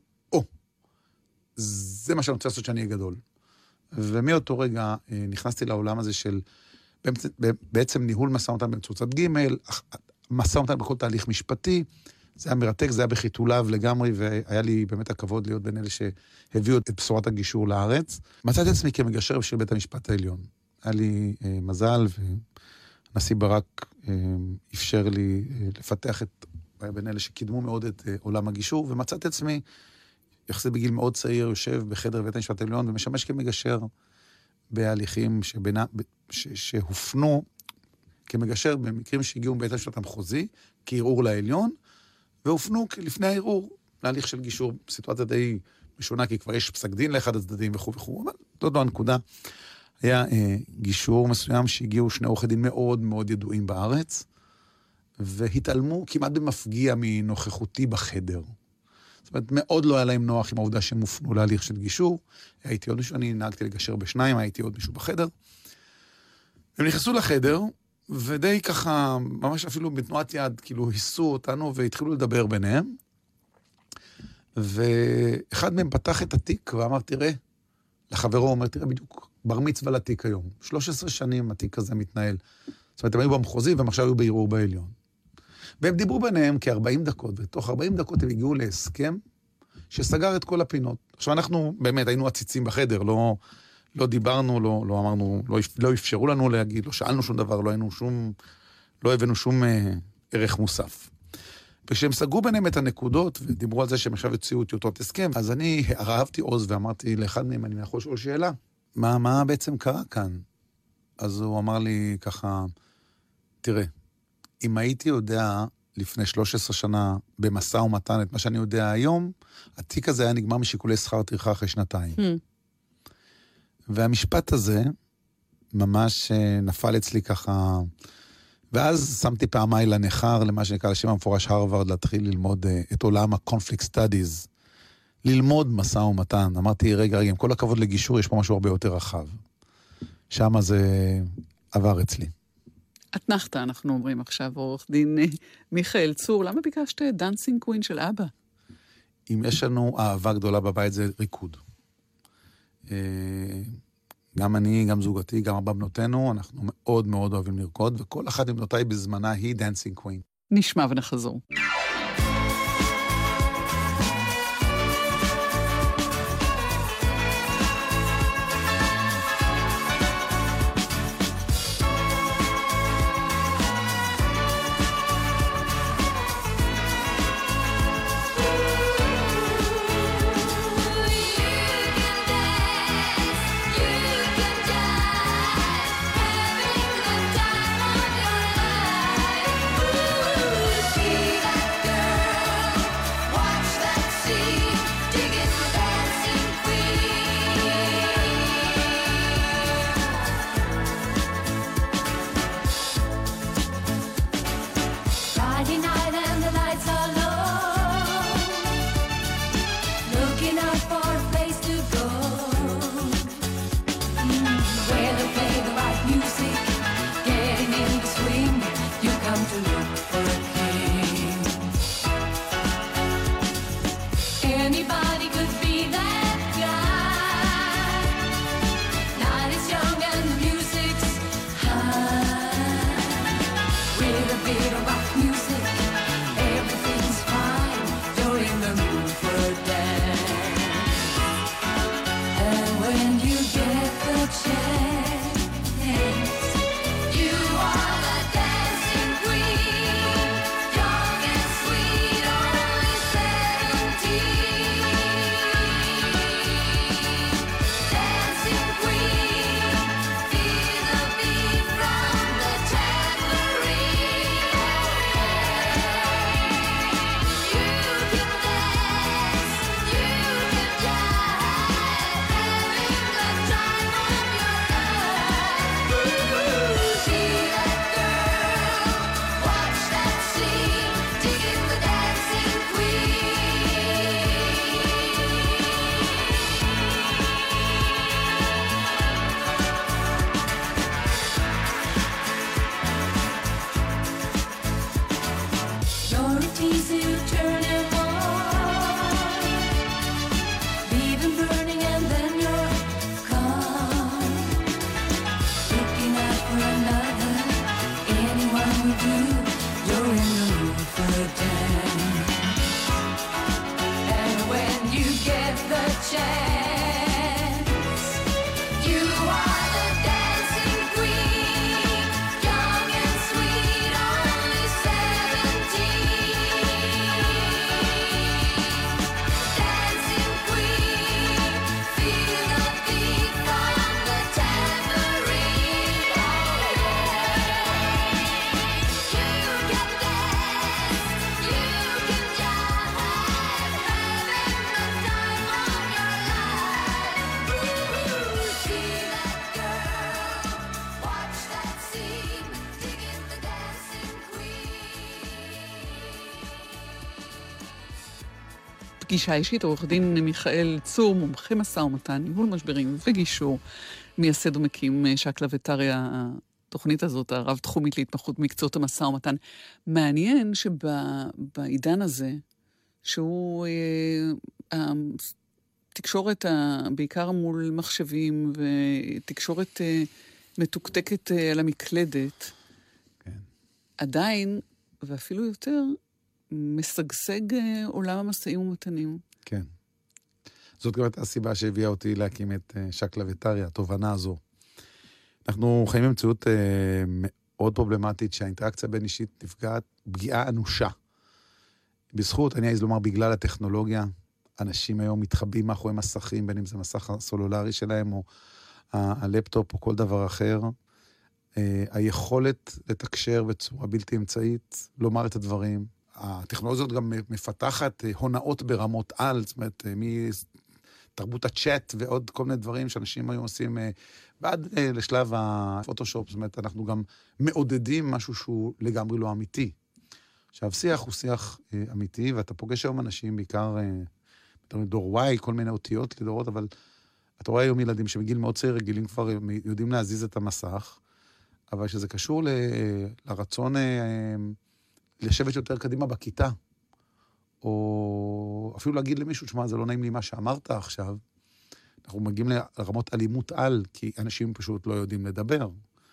זה מה שאני רוצה לעשות שאני אהיה גדול. ומאותו רגע נכנסתי לעולם הזה של בעצם ניהול משא ומתן באמצעות ג', משא ומתן בכל תהליך משפטי, זה היה מרתק, זה היה בחיתוליו לגמרי, והיה לי באמת הכבוד להיות בין אלה שהביאו את בשורת הגישור לארץ. מצאתי עצמי כמגשר בשביל בית המשפט העליון. היה לי מזל, והנשיא ברק אפשר לי לפתח את, בין אלה שקידמו מאוד את עולם הגישור, ומצאתי עצמי, יחסית בגיל מאוד צעיר, יושב בחדר בית המשפט העליון, ומשמש כמגשר בהליכים שהופנו כמגשר במקרים שהגיעו בית המשפט המחוזי, כערעור לעליון, והופנו לפני הערעור להליך של גישור, סיטואציה די משונה, כי כבר יש פסק דין לאחד הצדדים וכו' וכו', אבל זאת לא הנקודה. היה גישור מסוים שהגיעו שני עורכי דין מאוד מאוד ידועים בארץ, והתעלמו כמעט במפגיע מנוכחותי בחדר. זאת אומרת, מאוד לא היה להם נוח עם העובדה שהם הופנו להליך של גישור. הייתי עוד מישהו, אני נהגתי לגשר בשניים, הייתי עוד מישהו בחדר. הם נכנסו לחדר, ודי ככה, ממש אפילו בתנועת יד, כאילו היסו אותנו והתחילו לדבר ביניהם. ואחד מהם פתח את התיק ואמר, תראה, לחברו אומר, תראה בדיוק, בר מצווה לתיק היום. 13 שנים התיק הזה מתנהל. זאת אומרת, הם היו במחוזי והם עכשיו היו בערעור בעליון. והם דיברו ביניהם כ-40 דקות, ותוך 40 דקות הם הגיעו להסכם שסגר את כל הפינות. עכשיו אנחנו באמת היינו עציצים בחדר, לא דיברנו, לא אמרנו, לא אפשרו לנו להגיד, לא שאלנו שום דבר, לא הבאנו שום ערך מוסף. וכשהם סגרו ביניהם את הנקודות, ודיברו על זה שהם עכשיו הציעו טיוטות הסכם, אז אני הרהבתי עוז ואמרתי לאחד מהם, אני יכול לשאול שאלה, מה בעצם קרה כאן? אז הוא אמר לי ככה, תראה, אם הייתי יודע לפני 13 שנה במשא ומתן את מה שאני יודע היום, התיק הזה היה נגמר משיקולי שכר טרחה אחרי 2 והמשפט הזה ממש נפל אצלי ככה, ואז שמתי פעמיי לנחר, למה שנקרא לשם המפורש הרווארד, להתחיל ללמוד את עולם ה-conflict studies, ללמוד משא ומתן. אמרתי, רגע, עם כל הכבוד לגישור, יש פה משהו הרבה יותר רחב. שם זה עבר אצלי. אתנחת, אנחנו אומרים עכשיו, עורך דין מיכאל צור, למה ביקשת דנסינג קווין של אבא? אם יש לנו אהבה גדולה בבית, זה ריקוד. גם אני, גם זוגתי, גם אבא בנותינו, אנחנו מאוד מאוד אוהבים לרקוד, וכל אחת מבנותיי בזמנה היא דנסינג קווין. נשמע ונחזור. She פגישה אישית, עורך דין מיכאל צור, מומחה משא ומתן, ניהול משברים וגישור, מייסד ומקים שקלא וטריא, התוכנית הזאת, הרב-תחומית להתמחות במקצועות המשא ומתן. מעניין שבעידן הזה, שהוא תקשורת בעיקר מול מחשבים ותקשורת מתוקתקת על המקלדת, כן. עדיין, ואפילו יותר, משגשג עולם המשאים ומתנים. כן. זאת גם הייתה הסיבה שהביאה אותי להקים את שקלא וטריא, התובנה הזו. אנחנו חיים במציאות מאוד פרובלמטית, שהאינטראקציה בין אישית נפגעת פגיעה אנושה. בזכות, אני אעז לומר, בגלל הטכנולוגיה, אנשים היום מתחבאים מאחורי מסכים, בין אם זה מסך הסולולרי שלהם, או הלפטופ, או כל דבר אחר. היכולת לתקשר בצורה בלתי אמצעית, לומר את הדברים. הטכנולוגיה הזאת גם מפתחת הונאות ברמות על, זאת אומרת, מתרבות הצ'אט ועוד כל מיני דברים שאנשים היום עושים, ועד לשלב הפוטושופ, זאת אומרת, אנחנו גם מעודדים משהו שהוא לגמרי לא אמיתי. עכשיו, שיח הוא שיח אמיתי, ואתה פוגש היום אנשים, בעיקר דור Y, כל מיני אותיות לדורות, אבל אתה רואה היום ילדים שבגיל מאוד צעיר רגילים כבר יודעים להזיז את המסך, אבל שזה קשור לרצון לשבת יותר קדימה בכיתה, או אפילו להגיד למישהו, תשמע, זה לא נעים לי מה שאמרת עכשיו, אנחנו מגיעים לרמות אלימות על, כי אנשים פשוט לא יודעים לדבר.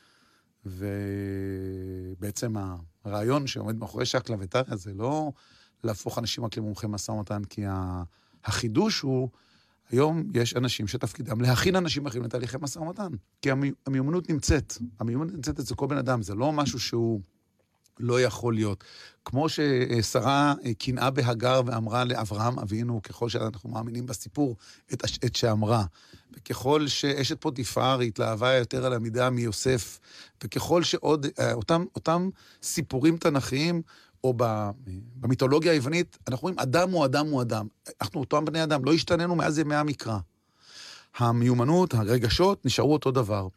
ובעצם הרעיון שעומד מאחורי שקלא וטריא זה לא להפוך אנשים רק למומחי משא ומתן, כי החידוש הוא, היום יש אנשים שתפקידם להכין אנשים אחרים לתהליכי משא ומתן, כי המיומנות נמצאת. המיומנות נמצאת אצל כל בן אדם, זה לא משהו שהוא לא יכול להיות. כמו ששרה קנאה בהגר ואמרה לאברהם אבינו, ככל שאנחנו מאמינים בסיפור, את שאמרה. וככל שאשת פוטיפר התלהבה יותר על המידה מיוסף, וככל שעוד אותם סיפורים תנכיים, או במיתולוגיה היוונית, אנחנו רואים אדם הוא אדם הוא אדם. אנחנו אותם בני אדם, לא השתננו מאז ימי המקרא. המיומנות, הרגשות, נשארו אותו דבר.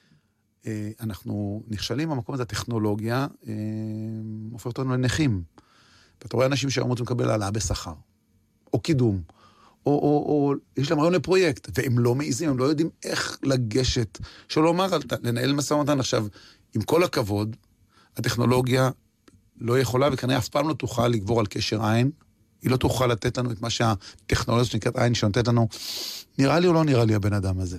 אנחנו נכשלים במקום הזה, הטכנולוגיה הופך אותנו לנכים. ואתה רואה אנשים שהיום רוצים לקבל העלאה בשכר, או קידום, או יש להם רעיון לפרויקט, והם לא מעיזים, הם לא יודעים איך לגשת, שלא אומר, לנהל משא ומתן. עכשיו, עם כל הכבוד, הטכנולוגיה לא יכולה, וכנראה אף פעם לא תוכל לגבור על קשר עין, היא לא תוכל לתת לנו את מה שהטכנולוגיה שנקראת עין, שנותנת לנו, נראה לי או לא נראה לי הבן אדם הזה.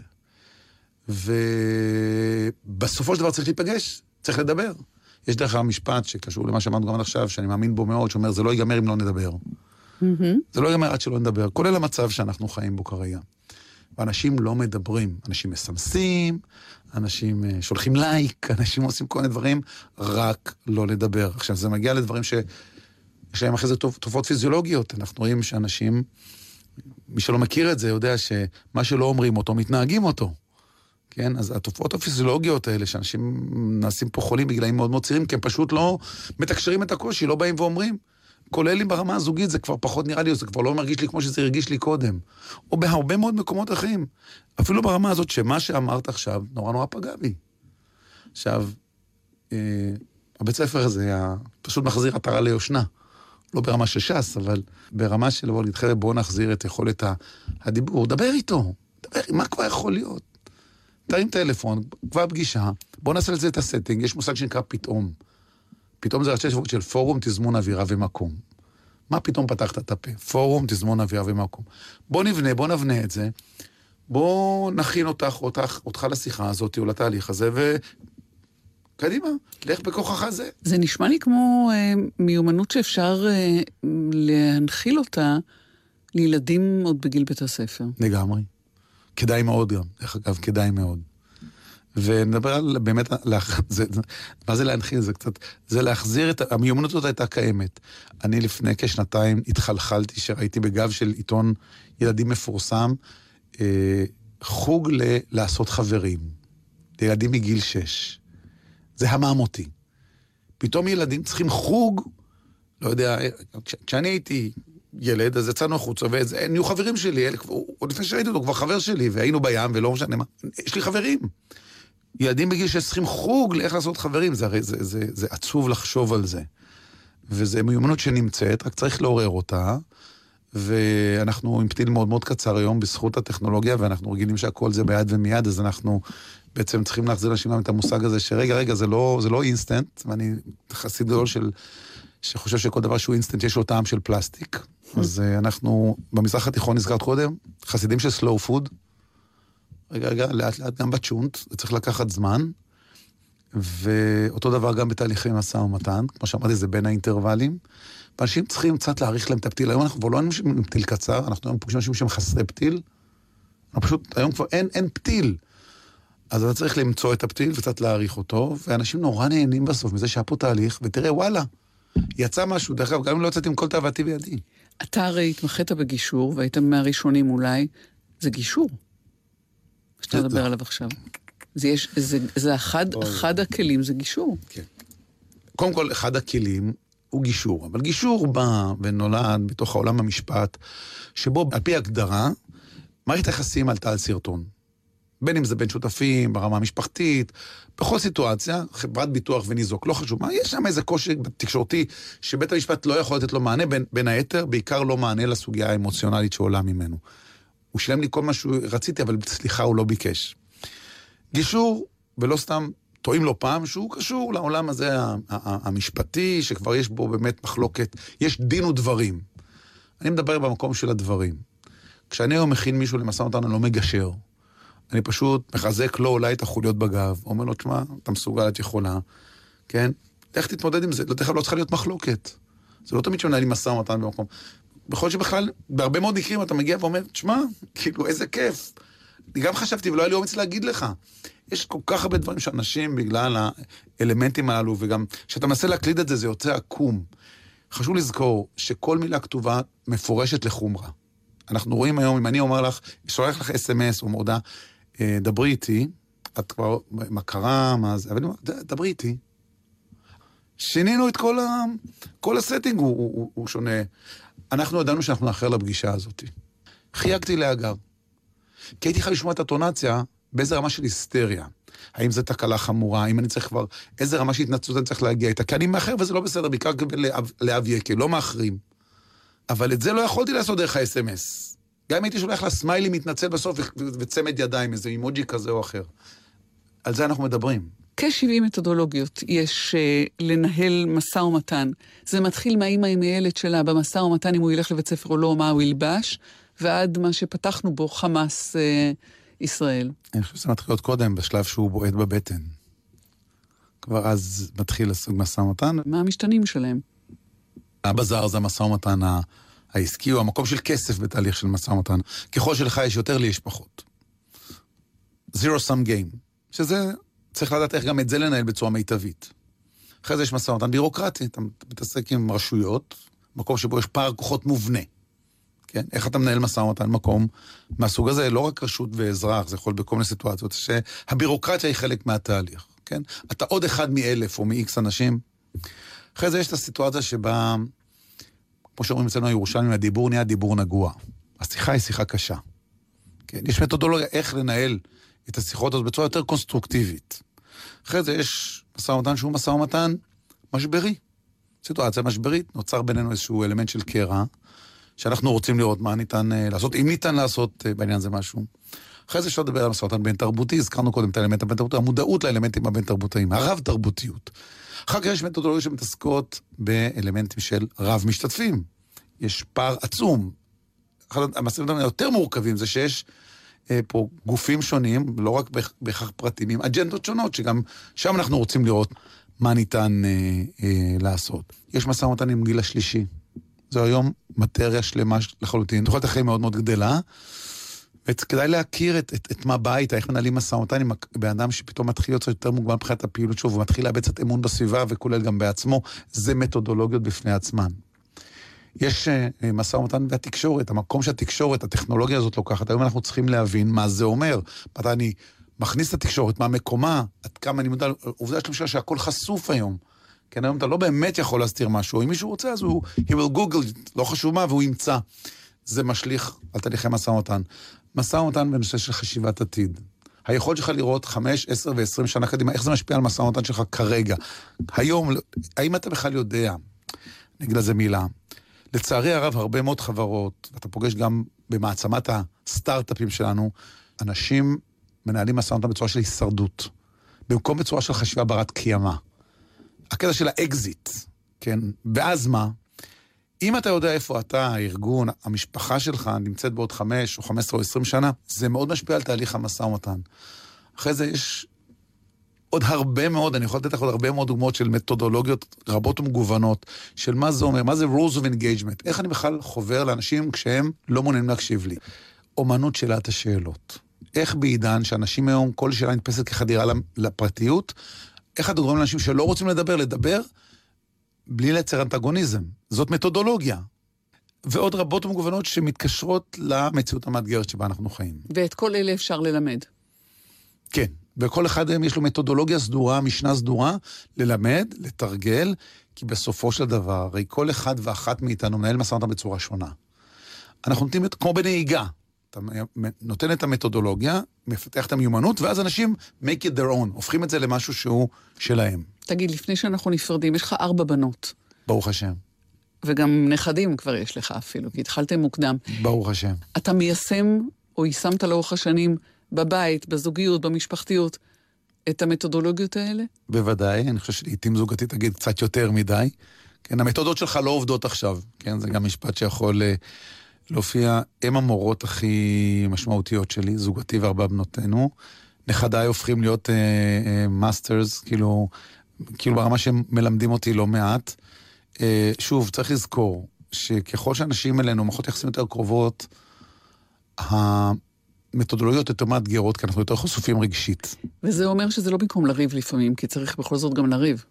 ובסופו של דבר צריך להיפגש, צריך לדבר. יש דרך המשפט שקשור למה שאמרנו גם עד עכשיו, שאני מאמין בו מאוד, שאומר, זה לא ייגמר אם לא נדבר. זה לא ייגמר עד שלא נדבר, כולל המצב שאנחנו חיים בו כרגע. ואנשים לא מדברים, אנשים מסמסים, אנשים שולחים לייק, אנשים עושים כל מיני דברים, רק לא לדבר. עכשיו, זה מגיע לדברים שיש להם אחרי זה תופעות פיזיולוגיות. אנחנו רואים שאנשים, מי שלא מכיר את זה, יודע שמה שלא אומרים אותו, מתנהגים אותו. כן? אז התופעות הפיזיולוגיות האלה, שאנשים נעשים פה חולים בגילאים מאוד מאוד צעירים, כי הם פשוט לא מתקשרים את הקושי, לא באים ואומרים. כולל לי ברמה הזוגית, זה כבר פחות נראה לי, זה כבר לא מרגיש לי כמו שזה הרגיש לי קודם. או בהרבה מאוד מקומות אחרים. אפילו ברמה הזאת שמה שאמרת עכשיו, נורא נורא פגע בי. עכשיו, הבית ספר הזה פשוט מחזיר עטרה ליושנה. לא ברמה של ש"ס, אבל ברמה של בוא נחזיר את יכולת הדיבור. דבר איתו. דבר, מה כבר יכול להיות? תרים טלפון, כבר פגישה, בוא נעשה לזה את הסטינג, יש מושג שנקרא פתאום. פתאום זה ראשי שבועות של פורום, תזמון, אווירה ומקום. מה פתאום פתחת את הפה? פורום, תזמון, אווירה ומקום. בוא נבנה את זה, בוא נכין אותך לשיחה הזאת או לתהליך הזה, וקדימה, לך בכוחך זה. זה נשמע לי כמו מיומנות שאפשר להנחיל אותה לילדים עוד בגיל בית הספר. לגמרי. כדאי מאוד גם, דרך אגב, כדאי מאוד. ונדבר על באמת, מה זה להנחיל? זה קצת, זה להחזיר את, המיומנות הזאת הייתה קיימת. אני לפני כשנתיים התחלחלתי, שראיתי בגב של עיתון ילדים מפורסם, חוג לעשות חברים, לילדים מגיל 6. זה המם אותי. פתאום ילדים צריכים חוג, לא יודע, כשאני הייתי ילד, אז יצאנו החוצה, ונהיו חברים שלי, עוד לפני שראיתי אותו, כבר חבר שלי, והיינו בים, ולא משנה מה, יש לי חברים. ילדים בגיל שצריכים חוג לאיך לעשות חברים, זה עצוב לחשוב על זה. וזה מיומנות שנמצאת, רק צריך לעורר אותה, ואנחנו עם פתיל מאוד מאוד קצר היום בזכות הטכנולוגיה, ואנחנו רגילים שהכל זה ביד ומיד, אז אנחנו בעצם צריכים להחזיר לאנשים את המושג הזה, שרגע, זה לא אינסטנט, ואני חסיד גדול שחושב שכל דבר שהוא אינסטנט יש לו טעם של פלסטיק. אז אנחנו במזרח התיכון נזכרת קודם, חסידים של סלואו פוד, רגע, לאט לאט גם בצ'ונט, זה צריך לקחת זמן, ואותו דבר גם בתהליכי משא ומתן, כמו שאמרתי, זה בין האינטרוולים, ואנשים צריכים קצת להאריך להם את הפתיל. היום אנחנו כבר לא אנשים עם פתיל קצר, אנחנו היום פוגשים אנשים שהם חסרי פתיל, פשוט היום כבר אין פתיל. אז אתה צריך למצוא את הפתיל וקצת להאריך אותו, ואנשים נורא נהנים בסוף מזה שהיה פה תהליך, ותראה, וואלה, יצא משהו, דרך אגב, גם אם לא יצאתי עם כל תאוותי וידי. אתה הרי התמחית בגישור, והיית מהראשונים אולי, זה גישור. שאתה מדבר עליו עכשיו. זה אחד הכלים, זה גישור. כן. קודם כל, אחד הכלים הוא גישור, אבל גישור בא ונולד בתוך העולם המשפט, שבו על פי הגדרה, מערכת היחסים עלתה על סרטון. בין אם זה בין שותפים, ברמה המשפחתית, בכל סיטואציה, חברת ביטוח וניזוק, לא חשוב מה, יש שם איזה קושי תקשורתי, שבית המשפט לא יכול לתת לו מענה, בין היתר, בעיקר לא מענה לסוגיה האמוציונלית שעולה ממנו. הוא שילם לי כל מה שרציתי, אבל סליחה, הוא לא ביקש. גישור, ולא סתם טועים לו פעם, שהוא קשור לעולם הזה המשפטי, שכבר יש בו באמת מחלוקת, יש דין ודברים. אני מדבר במקום של הדברים. כשאני היום מכין מישהו למשא ומתן, אני לא מגשר. אני פשוט מחזק לו אולי את החוליות בגב, אומר לו, תשמע, אתה מסוגל, את יכולה, כן? איך תתמודד עם זה? לא צריכה להיות מחלוקת. זה לא תמיד שמנהלים משא ומתן במקום. בכל שבכלל, בהרבה מאוד מקרים אתה מגיע ואומר, תשמע, כאילו, איזה כיף. אני גם חשבתי, ולא היה לי אומץ להגיד לך. יש כל כך הרבה דברים שאנשים, בגלל האלמנטים הללו, וגם כשאתה מנסה להקליד את זה, זה יוצא עקום. חשוב לזכור שכל מילה כתובה מפורשת לחומרה. אנחנו רואים היום, אם אני אומר לך, שולח לך SMS או מודעה, דברי איתי, את כבר מכרה, מה זה, אבל אני אומר, דברי איתי. שינינו את כל הסטינג, הוא שונה. אנחנו ידענו שאנחנו נאחר לפגישה הזאת. חייגתי לאגר. כי הייתי חייב לשמוע את הטונציה באיזה רמה של היסטריה. האם זה תקלה חמורה, האם אני צריך כבר, איזה רמה של התנצלות אני צריך להגיע איתה, כי אני מאחר וזה לא בסדר, בעיקר לאב יקה, לא מאחרים. אבל את זה לא יכולתי לעשות דרך ה-SMS. גם אם הייתי שולח לה סמיילי מתנצל בסוף וצמד ידיים, איזה אימוג'י כזה או אחר. על זה אנחנו מדברים. כ-70 מתודולוגיות יש לנהל משא ומתן. זה מתחיל מהאמא עם הילד שלה במשא ומתן, אם הוא ילך לבית ספר או לא, מה הוא ילבש, ועד מה שפתחנו בו, חמאס ישראל. אני חושב שזה מתחיל עוד קודם, בשלב שהוא בועט בבטן. כבר אז מתחיל לסוג משא ומתן. מה המשתנים שלהם? הבזר זה המשא ומתן העסקי, הוא המקום של כסף בתהליך של משא ומתן. ככל שלך יש יותר, לי יש פחות. Zero sum game. שזה, צריך לדעת איך גם את זה לנהל בצורה מיטבית. אחרי זה יש משא ומתן בירוקרטי, אתה מתעסק עם רשויות, מקום שבו יש פער כוחות מובנה. כן? איך אתה מנהל משא ומתן מקום מהסוג הזה, לא רק רשות ואזרח, זה יכול בכל מיני סיטואציות, שהבירוקרטיה היא חלק מהתהליך. כן? אתה עוד אחד מ-1000 או מ-X אנשים. אחרי זה יש את הסיטואציה שבה, כמו שאומרים אצלנו הירושלמים, הדיבור נהיה דיבור נגוע. השיחה היא שיחה קשה. כן? יש מתודולוגיה איך לנהל את השיחות הזאת בצורה יותר קונסטרוקטיבית. אחרי זה יש משא ומתן שהוא משא ומתן משברי. סיטואציה משברית, נוצר בינינו איזשהו אלמנט של קרע, שאנחנו רוצים לראות מה ניתן לעשות, אם ניתן לעשות בעניין זה משהו. אחרי זה אפשר לדבר על משא ומתן בין תרבותי, הזכרנו קודם את האלמנט הבין תרבותי, המודעות לאלמנטים הבין תרבותיים, הרב תרבותיות. אחר כך יש מתודולוגיות שמתעסקות באלמנטים של רב משתתפים. יש פער עצום. המסעים היותר מורכבים זה שיש פה גופים שונים, לא רק בהכרח פרטים, עם אג'נדות שונות, שגם שם אנחנו רוצים לראות מה ניתן לעשות. יש משא ומתן עם גיל השלישי. זו היום מטריה שלמה לחלוטין. תוחלת החיים מאוד מאוד גדלה, וכדאי להכיר את מה בית, איך מנהלים משא ומתן עם באדם שפתאום מתחיל להיות יותר מוגבל מבחינת הפעילות שלו, ומתחיל לאבד קצת אמון בסביבה וכולל גם בעצמו, זה מתודולוגיות בפני עצמן. יש משא ומתן והתקשורת, המקום שהתקשורת, הטכנולוגיה הזאת לוקחת, היום אנחנו צריכים להבין מה זה אומר. מתי אני מכניס את התקשורת, מה מקומה, עד כמה אני מודע, עובדה שלמשל שהכל חשוף היום. כן, היום אתה לא באמת יכול להסתיר משהו, אם מישהו רוצה אז הוא, he will Google, לא חשוב מה, והוא ימצא. זה משליך על תהליכי משא ומתן. משא ומתן בנושא של חשיבת עתיד. היכולת שלך לראות 5, 10 ו-20 שנה קדימה, איך זה משפיע על משא ומתן שלך כרגע. היום, האם אתה בכלל יודע, נגיד לזה מילה, לצערי הרב, הרבה מאוד חברות, ואתה פוגש גם במעצמת הסטארט-אפים שלנו, אנשים מנהלים משא ומתן בצורה של הישרדות, במקום בצורה של חשיבה ברת קיימא. הקטע של האקזיט, כן? ואז מה? אם אתה יודע איפה אתה, הארגון, המשפחה שלך, נמצאת בעוד 5 או 15 או 20 שנה, זה מאוד משפיע על תהליך המשא ומתן. אחרי זה יש עוד הרבה מאוד, אני יכול לתת לך עוד הרבה מאוד דוגמאות של מתודולוגיות רבות ומגוונות, של מה זה אומר, מה זה rules of engagement, איך אני בכלל חובר לאנשים כשהם לא מעוניינים להקשיב לי. אומנות שאלת השאלות. איך בעידן שאנשים היום, כל שאלה נתפסת כחדירה לפרטיות, איך אתה גורם לאנשים שלא רוצים לדבר, בלי לייצר אנטגוניזם. זאת מתודולוגיה. ועוד רבות ומגוונות שמתקשרות למציאות המאתגרת שבה אנחנו חיים. ואת כל אלה אפשר ללמד. כן. וכל אחד מהם יש לו מתודולוגיה סדורה, משנה סדורה, ללמד, לתרגל, כי בסופו של דבר, הרי כל אחד ואחת מאיתנו מנהל משא ומתן בצורה שונה. אנחנו נותנים כמו בנהיגה. אתה נותן את המתודולוגיה, מפתח את המיומנות, ואז אנשים make it their own, הופכים את זה למשהו שהוא שלהם. תגיד, לפני שאנחנו נפרדים, יש לך 4 בנות. ברוך השם. וגם נכדים כבר יש לך אפילו, כי התחלתם מוקדם. ברוך השם. אתה מיישם, או יישמת לאורך השנים, בבית, בזוגיות, במשפחתיות, את המתודולוגיות האלה? בוודאי, אני חושב שלעיתים זוגתי תגיד קצת יותר מדי. כן, המתודות שלך לא עובדות עכשיו. כן, זה גם משפט שיכול להופיע. הם המורות הכי משמעותיות שלי, זוגתי ו4 בנותינו. נכדיי הופכים להיות מאסטרס, כאילו ברמה שהם מלמדים אותי לא מעט. שוב, צריך לזכור שככל שאנשים אלינו, מערכות יחסים יותר קרובות, המתודולוגיות יותר מאתגרות, כי אנחנו יותר חשופים רגשית. וזה אומר שזה לא במקום לריב לפעמים, כי צריך בכל זאת גם לריב.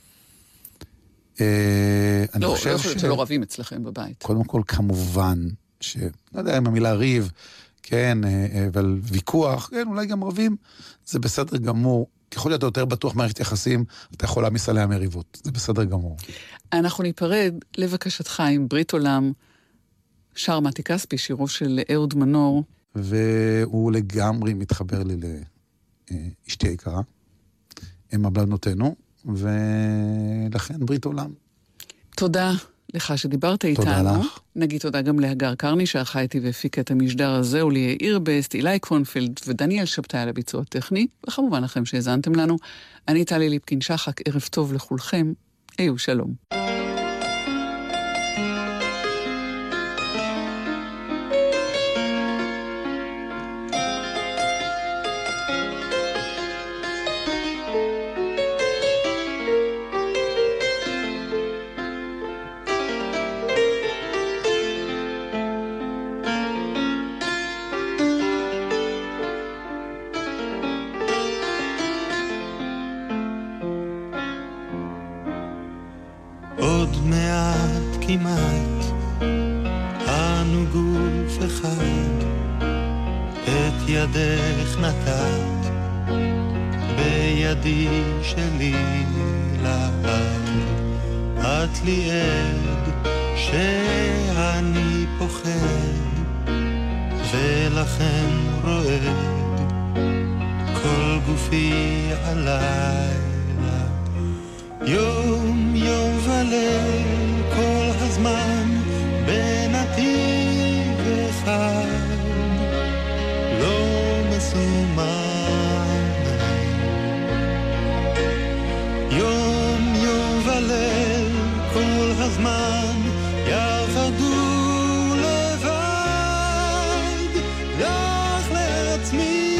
אני חושב לא חושבת שלא רבים אצלכם בבית. קודם כל, כמובן, לא יודע אם המילה ריב, כן, אבל ויכוח, כן, אולי גם רבים, זה בסדר גמור. ככל שאתה יותר בטוח מערכת יחסים, אתה יכול להמיס עליה מריבות. זה בסדר גמור. אנחנו ניפרד לבקשתך עם ברית עולם, שר מתי כספי, שירו של אהוד מנור. והוא לגמרי מתחבר לי לאשתי היקרה. הם בנותינו, ולכן ברית עולם. תודה לך שדיברת איתנו. תודה לך. נגיד תודה גם להגר קרני שערכה איתי והפיקה את המשדר הזה, וליאיר בסט, אילי קרונפלד ודניאל שבתאי על הביצוע הטכני, וכמובן לכם שהזנתם לנו. אני טלי ליפקין שחק, ערב טוב לכולכם, היו שלום. כמעט אנו גוף אחד, את ידך נתת בידי שלי לעד, את לי עד שאני פוחד ולכן רועד כל גופי הלילה, יום יום וליל כל הזמן בנתיב אחד לא מסומן, יום יום וליל כל הזמן יעבדו לבד, לך לעצמי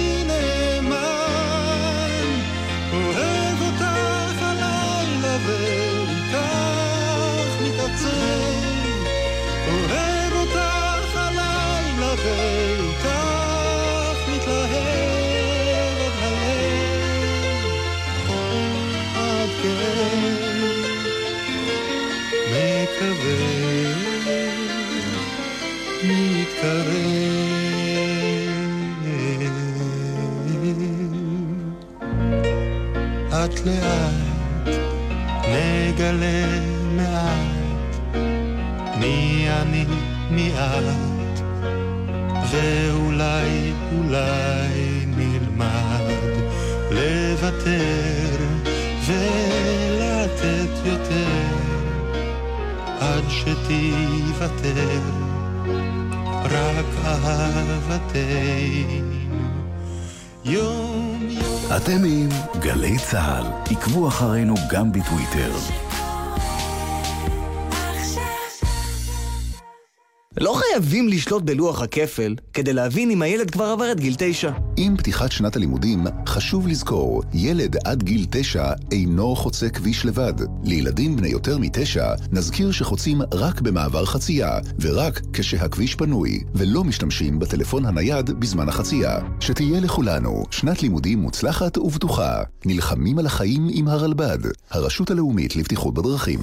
נאמן, אוהב אותך הלילה ואיתך מתעצב, אוהב אותך הלילה ואיתך מתלהב עד הלב, עד כן מקווה מתקרב, את לאט נגלה מעט מי אני מי את, ואולי אולי נלמד לוותר ולתת יותר עד שתיוותר, רק אהבתנו יום יום. אתם עם גלי צהל, עקבו אחרינו גם בטוויטר. לא חייבים לשלוט בלוח הכפל כדי להבין אם הילד כבר עבר את גיל 9. עם פתיחת שנת הלימודים חשוב לזכור, ילד עד גיל 9 אינו חוצה כביש לבד. לילדים בני יותר מ9 נזכיר שחוצים רק במעבר חצייה, ורק כשהכביש פנוי, ולא משתמשים בטלפון הנייד בזמן החצייה. שתהיה לכולנו שנת לימודים מוצלחת ובטוחה. נלחמים על החיים עם הרלב"ד, הרשות הלאומית לבטיחות בדרכים.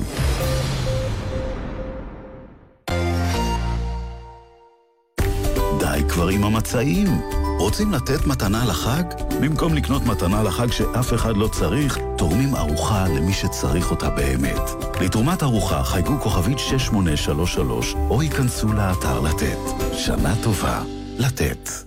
די כבר עם המצעים. רוצים לתת מתנה לחג? במקום לקנות מתנה לחג שאף אחד לא צריך, תורמים ארוחה למי שצריך אותה באמת. לתרומת ארוחה חייגו כוכבית 6833 או ייכנסו לאתר לתת. שנה טובה. לתת.